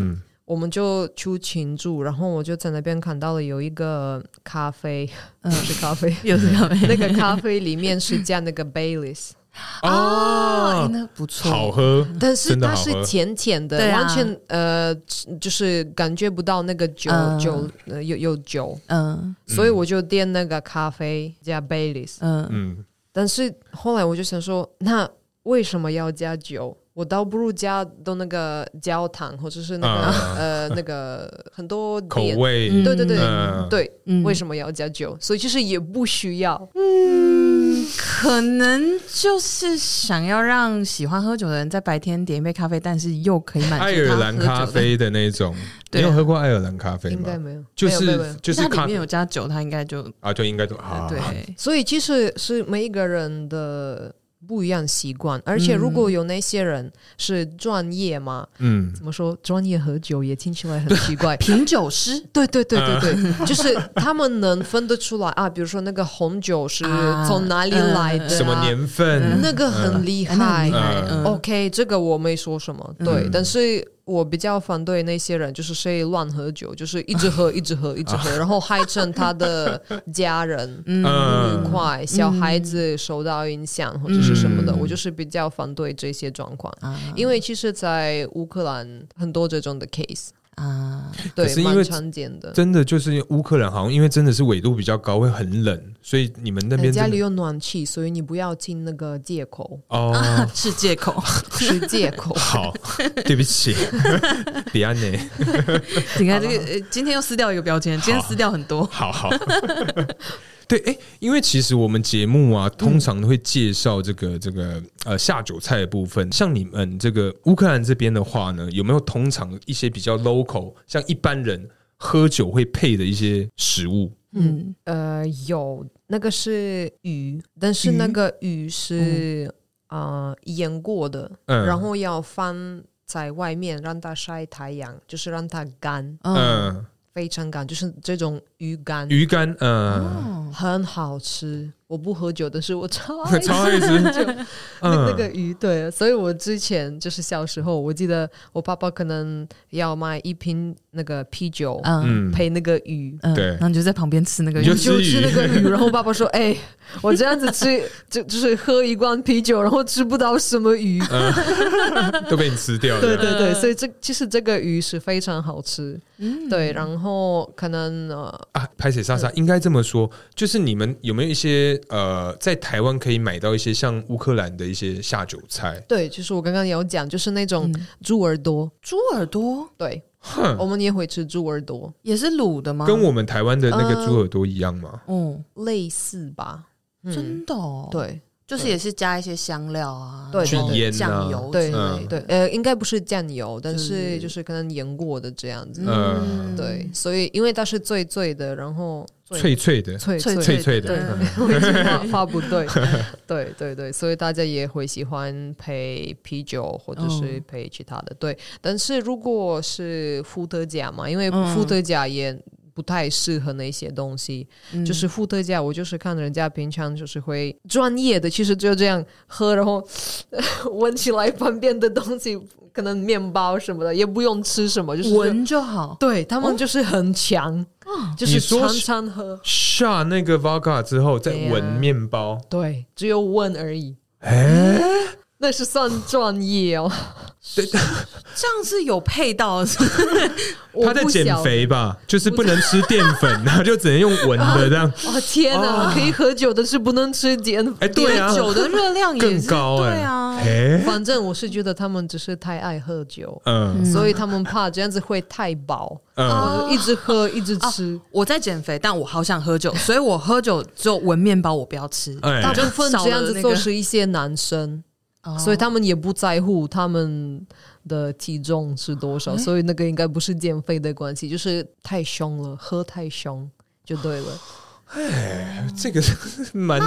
我们就出勤住，然后我就在那边看到了有一个咖啡，是咖啡， 又是咖啡， 那个咖啡里面是加那个 Baileys。 那不错， 好喝， 但是它是甜甜的，完全就是感觉不到那个酒有酒，所以我就点那个咖啡加 Baileys，但是后来我就想说，那为什么要加酒？我倒不如加的那个焦糖，或者是那个那个很多口味， 对对对对，为什么要加酒？所以就是也不需要。 可能就是想要让喜欢喝酒的人在白天点一杯咖啡，但是又可以满足他爱尔兰咖啡的那种。你有喝过爱尔兰咖啡吗？ 应该没有， 就是它里面有加酒，它应该就就应该就对。 所以其实是每一个人的不一样习惯，而且如果有那些人是专业嘛，怎么说专业喝酒也听起来很奇怪， 品酒师， 对，就是他们能分得出来啊，比如说那个红酒是从哪里来的， 什么年份， 那个很厉害。OK， 这个我没说什么，对，但是我比较反对那些人，就是谁乱喝酒，就是一直喝，一直喝，一直喝，然后害成他的家人不愉快，小孩子受到影响或者是什么的。我就是比较反对这些状况，因为其实在乌克兰很多这种的 case。对，蛮常见的。 真的就是乌克兰好像因为真的是纬度比较高，会很冷，所以你们那边家里有暖气，所以你不要进那个借口是借口， 是借口。 好，对不起，别安呢。 你看这个，今天又撕掉一个标签，今天撕掉很多。 好。对，因为其实我们节目啊，通常会介绍这个下酒菜的部分。像你们这个乌克兰这边的话呢，有没有通常一些比较 local， 像一般人喝酒会配的一些食物？ 有，那个是鱼，但是那个鱼是腌过的，然后要放在外面让它晒太阳，就是让它干。非常干，就是这种鱼干，很好吃。我不喝酒，但是我超爱吃那个鱼。对，所以我之前就是小时候，我记得我爸爸可能要买一瓶那个啤酒，配那个鱼， 对， 然后你就在旁边吃那个鱼， 就吃那个鱼。然后爸爸说：“我这样子吃，就是喝一罐啤酒，然后吃不到什么鱼， 都被你吃掉了。” 对，所以其实这个鱼是非常好吃。对，然后可能拍谁莎莎应该这么说，就是你们有没有一些在台湾可以买到一些像乌克兰的一些下酒菜？ 对，就是我刚刚有讲，就是那种猪耳朵，对，我们也会吃猪耳朵， 也是卤的吗？ 跟我们台湾的那个猪耳朵一样吗？ 类似吧， 真的哦， 对。 就是也是加一些香料啊， 对， 去腌酱油， 对，应该不是酱油，但是就是可能腌过的这样子，对，所以因为它是脆脆的，然后脆脆的， 脆的， 我已经发不对，对，所以大家也会喜欢配啤酒或者是配其他的，对。但是如果是伏特加嘛，因为伏特加也不太适合那些东西，就是伏特加，我就是看人家平常就是会专业的，其实就这样喝，然后闻起来旁边的东西，可能面包什么的也不用吃什么，就是闻就好。 对，他们就是很强，就是常常喝下那个 vodka 之后再闻面包， 对，只有闻而已。那是算专业哦。 对，这样是有配到的。 他在减肥吧，就是不能吃淀粉，然后就只能用闻的这样。 天哪，可以喝酒的是不能吃淀粉。 对啊， 酒的热量也更高。 对啊， 反正我是觉得他们只是太爱喝酒，所以他们怕这样子会太饱，一直喝一直吃。 我在减肥，但我好想喝酒，所以我喝酒只有闻面包，我不要吃。 大部分这样子都是一些男生。所以他们也不在乎他们的体重是多少，所以那个应该不是减肥的关系，就是太凶了，喝太凶就对了。 这个蛮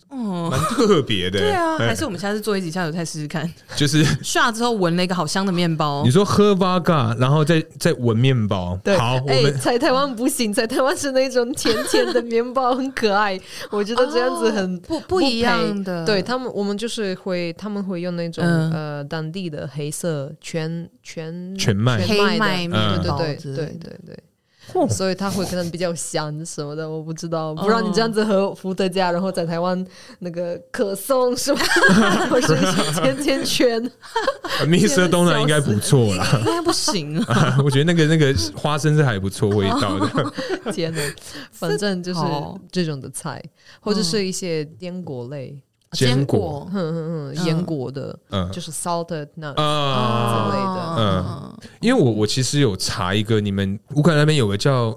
蛮特别的。 对啊，还是我们下次做一集下酒菜试试看， 就是刷之后闻了一个好香的面包。 你说喝 Vodka， 然后再闻面包。 对， 好，我们在台湾不行，在台湾是那种甜甜的面包，很可爱。我觉得这样子很不一样的。 对我们就是他们会用那种当地的黑色全麦黑麦面包， 对。所以它会可能比较香什么的，我不知道。不然你这样子喝伏特加，然后在台湾那个可颂是吧？或是甜甜圈， 蜜色东南应该不错啦， 应该不行啊。 我觉得那个花生是还不错味道的。 天哪，反正就是这种的菜，或者是一些坚果类。 坚果， 腌果的，就是 salted nuts 之类的。 因为我其实有查一个，你们乌克兰那边有个叫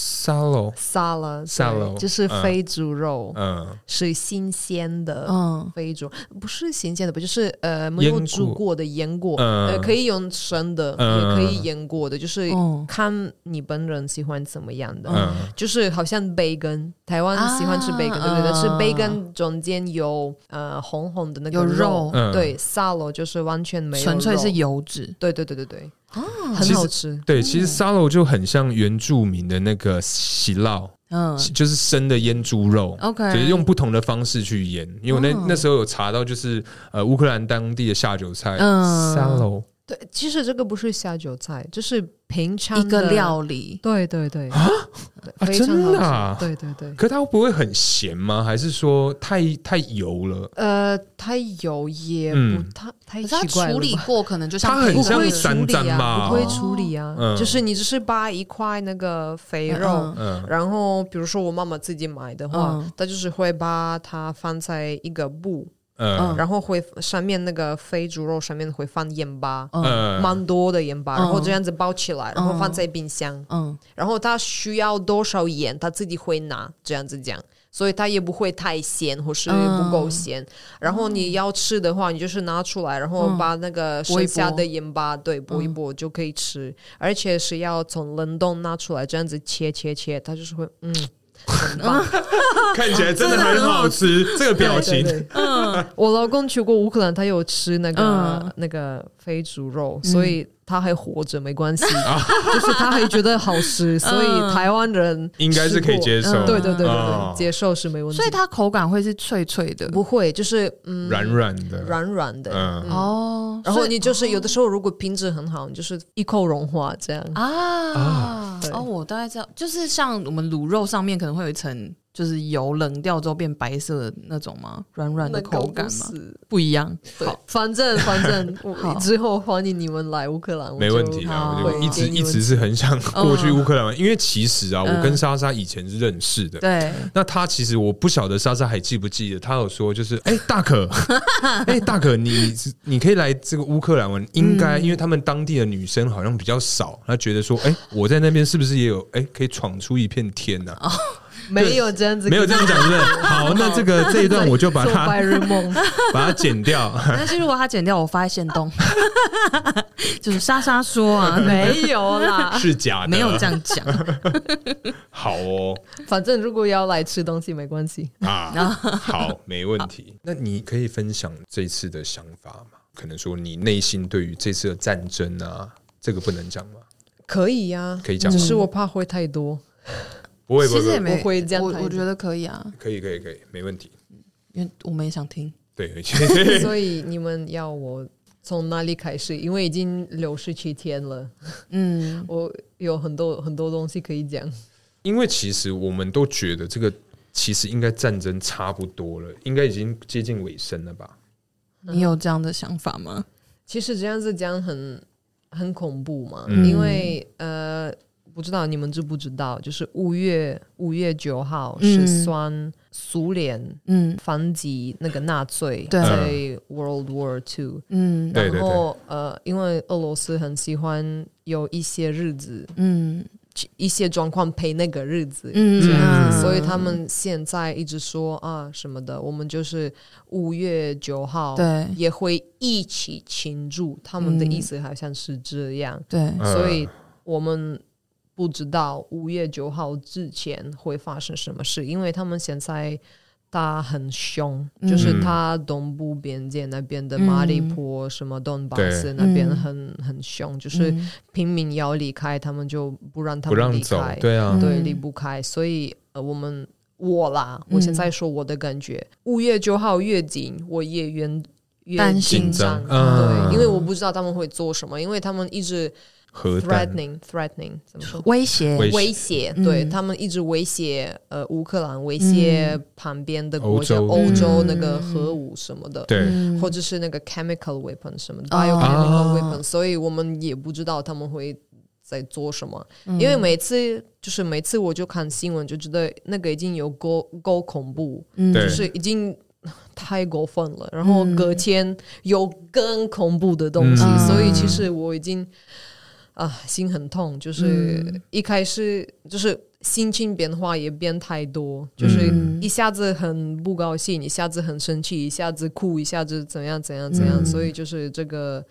salo， 就是非猪肉，是新鲜的非猪，不是新鲜的，不就是没有煮过的腌过，可以用生的，也可以腌过的，就是看你本人喜欢怎么样的，就是好像bacon，台湾喜欢吃bacon，对不对？但是bacon中间有红红的那个肉，对 ，salo 就是完全没有肉， 纯粹是油脂， 对，很好吃。 对，其实 salo 就很像原住民的那个喜酪，就是生的腌猪肉，就是用不同的方式去腌。因为我那时候有查到，就是乌克兰当地的下酒菜 salo。 对，其实这个不是下酒菜，就是平常的一个料理。 对非常真的啊？ 对。 可它会不会很咸吗？还是说太油了？ 太油也不太奇怪了。 处理过可能就像它很像山楂吧？ 不会处理啊，就是你只是把一块那个肥肉，然后比如说我妈妈自己买的话，她就是会把它放在一个布。然后会上面那个非猪肉上面会放盐巴，蛮多的盐巴，然后这样子包起来，然后放在冰箱，然后它需要多少盐，它自己会拿，这样子讲，所以它也不会太咸或是不够咸。然后你要吃的话，你就是拿出来，然后把那个剩下的盐巴拨一拨就可以吃，而且是要从冷冻拿出来，这样子切，它就是会很棒。 看起来真的很好吃，这个表情。 我老公去过乌克兰，他有吃那个非猪肉，所以他还活着没关系，就是他还觉得好吃，所以台湾人应该是可以接受。 对，接受是没问题。 所以它口感会是脆脆的， 不会，就是软软的。 然后你就是有的时候如果品质很好，你就是一口融化这样我大概知道，就是像我们卤肉上面可能会有一层就是油冷掉之后变白色的那种吗？软软的口感吗？不一样。 好，反正之后欢迎你们来乌克兰， 没问题啊！我就一直是很想过去乌克兰玩，因为其实啊，我跟莎莎以前是认识的。 对， 那她其实我不晓得莎莎还记不记得，她有说就是大可，大可，你可以来这个乌克兰玩，应该因为他们当地的女生好像比较少，她觉得说，我在那边是不是也有可以闯出一片天呢？ 没有这样子， 没有这样讲，对不对？好，那这一段我就把它白日梦把它剪掉。 但是如果他剪掉，我发在限动，就是莎莎说啊，没有啦， 是假的， 没有这样讲。 好哦， 反正如果要来吃东西没关系啊。好，没问题。那你可以分享这次的想法吗？可能说你内心对于这次的战争啊，这个不能讲吗？ 可以呀， 可以讲， 只是我怕会太多。 不会， 其实也没会这样， 我觉得可以啊， 可以，没问题， 因为我们也想听。 对， 所以你们要我从哪里开始？因为已经67天了，我有很多东西可以讲。 因为其实我们都觉得这个其实应该战争差不多了，应该已经接近尾声了吧？ 你有这样的想法吗？ 其实这样子讲很恐怖嘛，因为不知道你们知不知道，就是5月9号是算苏联反击那个纳粹在 World War II，然后因为俄罗斯很喜欢有一些日子，一些状况配那个日子，这样子，所以他们现在一直说啊什么的，我们就是5月9号也会一起庆祝，他们的意思好像是这样， 对， 所以我们不知道5月9号之前会发生什么事，因为他们现在他很凶，就是他东部边界那边的马里坡什么顿巴斯那边很凶，就是平民要离开他们就不让他们离开， 对啊， 对，离不开。所以我现在说我的感觉，5月9号越紧我也越紧张，对，因为我不知道他们会做什么，因为他们一直threatening 怎么说？ 威胁， 对，他们一直威胁乌克兰，威胁旁边的国家，欧洲那个核武什么的， 对， 或者是那个 chemical weapon 什么的 biochemical weapon， 所以我们也不知道他们会在做什么，因为每次我就看新闻就觉得那个已经有够恐怖，就是已经太过分了，然后隔天有更恐怖的东西，所以其实我已经心很痛，就是一开始就是心情变化也变太多，就是一下子很不高兴，一下子很生气，一下子哭，一下子怎样，所以就是这个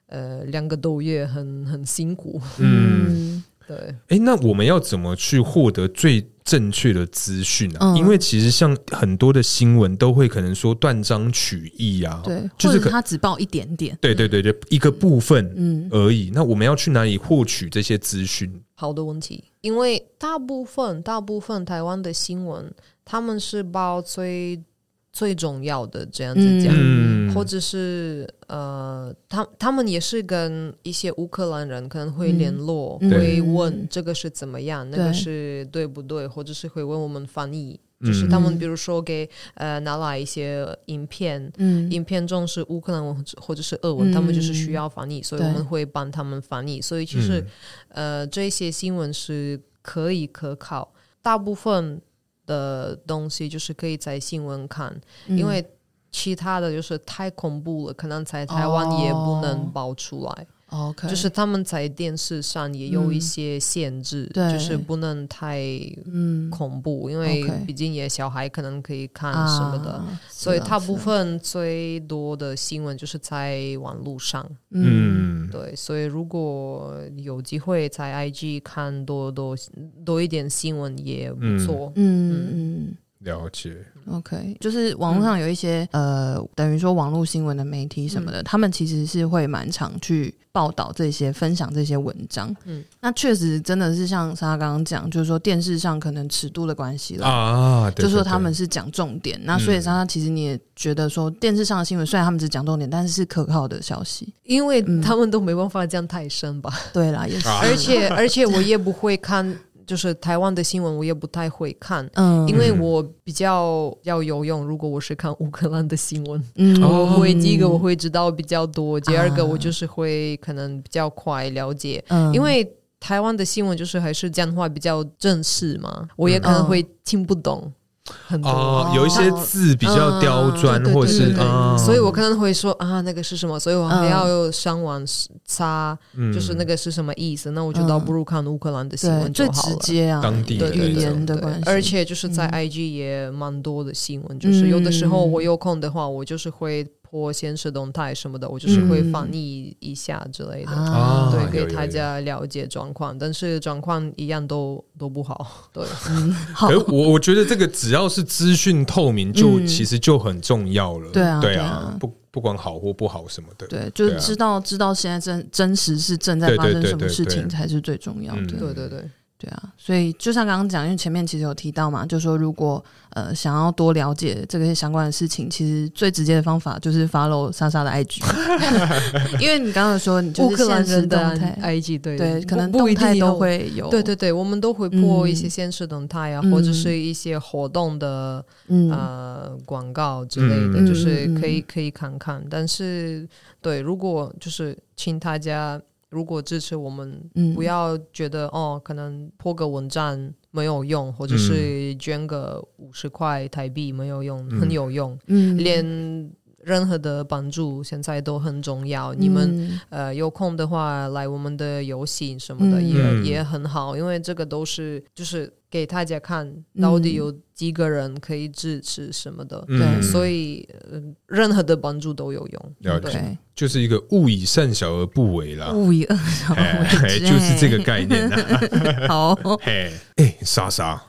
2个多月很辛苦。对， 那我们要怎么去获得最正确的资讯啊？因为其实像很多的新闻都会可能说断章取义啊， 对， 就是或者他只报一点点， 对，一个部分而已。那我们要去哪里获取这些资讯？ 好的问题，因为大部分台湾的新闻，他们是报最重要的这样子讲，或者是他们也是跟一些乌克兰人可能会联络，会问这个是怎么样，那个是对不对，或者是会问我们翻译，就是他们比如说给拿来一些影片，影片中是乌克兰文或者是俄文，他们就是需要翻译，所以我们会帮他们翻译，所以其实这些新闻是可以可靠，大部分的东西就是可以在新闻看，因为其他的就是太恐怖了，可能在台湾也不能爆出来。就是他们在电视上也有一些限制，就是不能太恐怖，因为毕竟也小孩可能可以看什么的，所以大部分最多的新闻就是在网络上。对，所以如果有机会在 IG 看多一点新闻也不错。 了解。 OK， 就是网络上有一些等于说网络新闻的媒体什么的，他们其实是会蛮常去报道这些，分享这些文章。那确实真的是像莎刚刚讲，就是说电视上可能尺度的关系啦，对，就是说他们是讲重点，那所以莎其实你也觉得说电视上的新闻虽然他们只讲重点，但是是可靠的消息， 因为他们都没办法讲太深吧。 对啦，也是， 而且我也不会看。就是台湾的新闻我也不太会看，因为我比较要有用，如果我是看乌克兰的新闻，我会第一个我会知道比较多，第二个我就是会可能比较快了解，因为台湾的新闻就是还是讲话比较正式嘛，我也可能会听不懂很多有一些字比较刁钻，或是所以我可能会说那个是什么，所以我还要上网查，就是那个是什么意思，那我就倒不如看乌克兰的新闻就好了， 最直接啊， 当地语言的关系， 而且就是在 IG 也蛮多的新闻，就是有的时候我有空的话，我就是会或现实动态什么的，我就是会翻译一下之类的，对，给大家了解状况，但是状况一样都不好，对。 好，我觉得这个只要是资讯透明，其实就很重要了。对啊，不管好或不好什么的， 对，就是知道现在真实是正在发生什么事情才是最重要的。对啊，所以就像刚刚讲，因为前面其实有提到嘛，就说如果想要多了解这个相关的事情，其实最直接的方法就是 follow 莎莎的 IG， 因为你刚刚说你就是现实动态 IG， 对， 可能动态都会有， 对，我们都会播一些现实动态啊，或者是一些活动的广告之类的，就是可以看看。但是对，如果就是请大家。如果支持我们，不要觉得可能破个文章没有用，或者是捐个50块台币没有用，很有用，连任何的帮助现在都很重要。你们有空的话来我们的游戏什么的也很好，因为这个都是就是给大家看到底有几个人可以支持什么的，所以任何的帮助都有用。 了解，就是一个勿以善小而不为啦， 勿以恶小而为之， 就是这个概念啊。 好， 莎莎，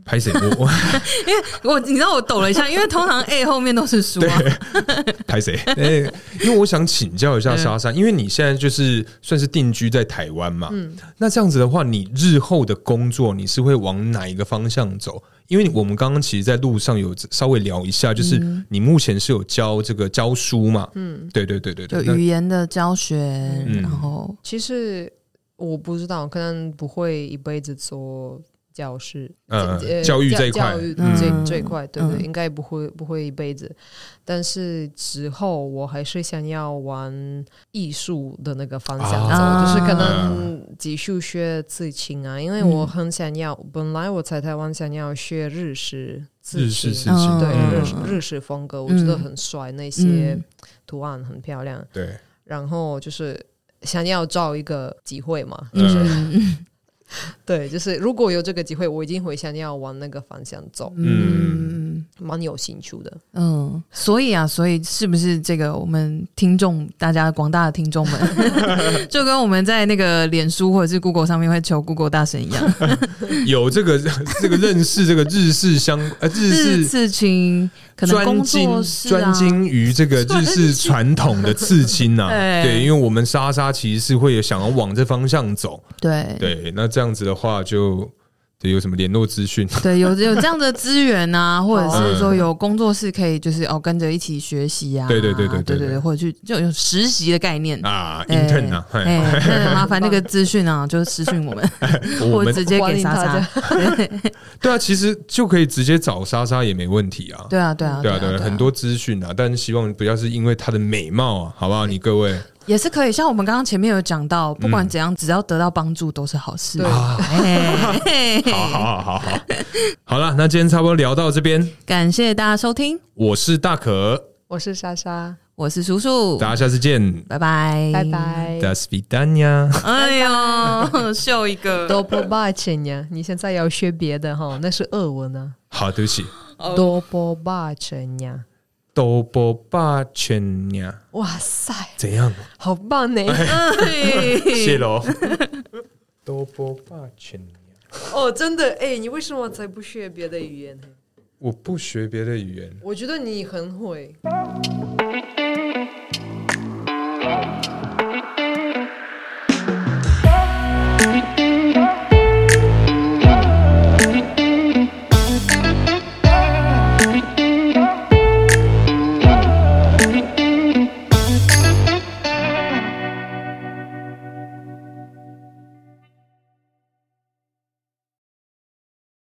拍谁？我因为你知道我抖了一下，因为通常 A 后面都是书啊。 拍谁？因为我想请教一下莎莎，因为你现在就是算是定居在台湾嘛，那这样子的话，你日后的工作你是会往哪一个方向走？因为我们刚刚其实在路上有稍微聊一下，就是你目前是有教书嘛，对， 就语言的教学，然后其实我不知道，可能不会一辈子做教师， 教育这一块， 这一块，对，应该不会一辈子。但是之后我还是想要往艺术的那个方向走，就是可能继续学刺青啊，因为我很想要，本来我在台湾想要学日式刺青，对，日式风格，我觉得很帅，那些图案很漂亮， 对， 然后就是想要找一个机会嘛，就是对，就是如果有这个机会，我一定会想要往那个方向走，蛮有兴趣的， 所以是不是这个我们听众，大家广大的听众们，就跟我们在那个脸书或者是 Google 上面会求 Google 大神一样， 有这个认识这个日式刺青，可能工作室专精于这个日式传统的刺青啊，对，因为我们莎莎其实是会想要往这方向走，对，那这样子的话就。有什么联络资讯？ 对，有这样的资源啊，或者是说有工作室可以就是跟着一起学习啊，对，或者去就有实习的概念啊 ，intern 啊， 麻烦那个资讯啊，就私讯我们，或者直接给莎莎。 对啊，其实就可以直接找莎莎也没问题啊。 对啊， 很多资讯啊，但是希望不要是因为她的美貌啊，好不好？你各位。 也是可以，像我们刚刚前面有讲到，不管怎样，只要得到帮助都是好事。 好，好了，那今天差不多聊到这边， 感谢大家收听， 我是大可， 我是莎莎， 我是叔叔， 大家下次见， 拜拜， 拜拜 ，До свидания。 哎呦，秀一个 ，До побачення，你现在要学别的哈，那是俄文啊。 好，对不起 ，До побачення。 都不把全呀！ 哇塞， 怎样？ 好棒呢！ 谢喽。都不把全呀！ 哦，真的哎，你为什么才不学别的语言？ 我不学别的语言， 我觉得你很会。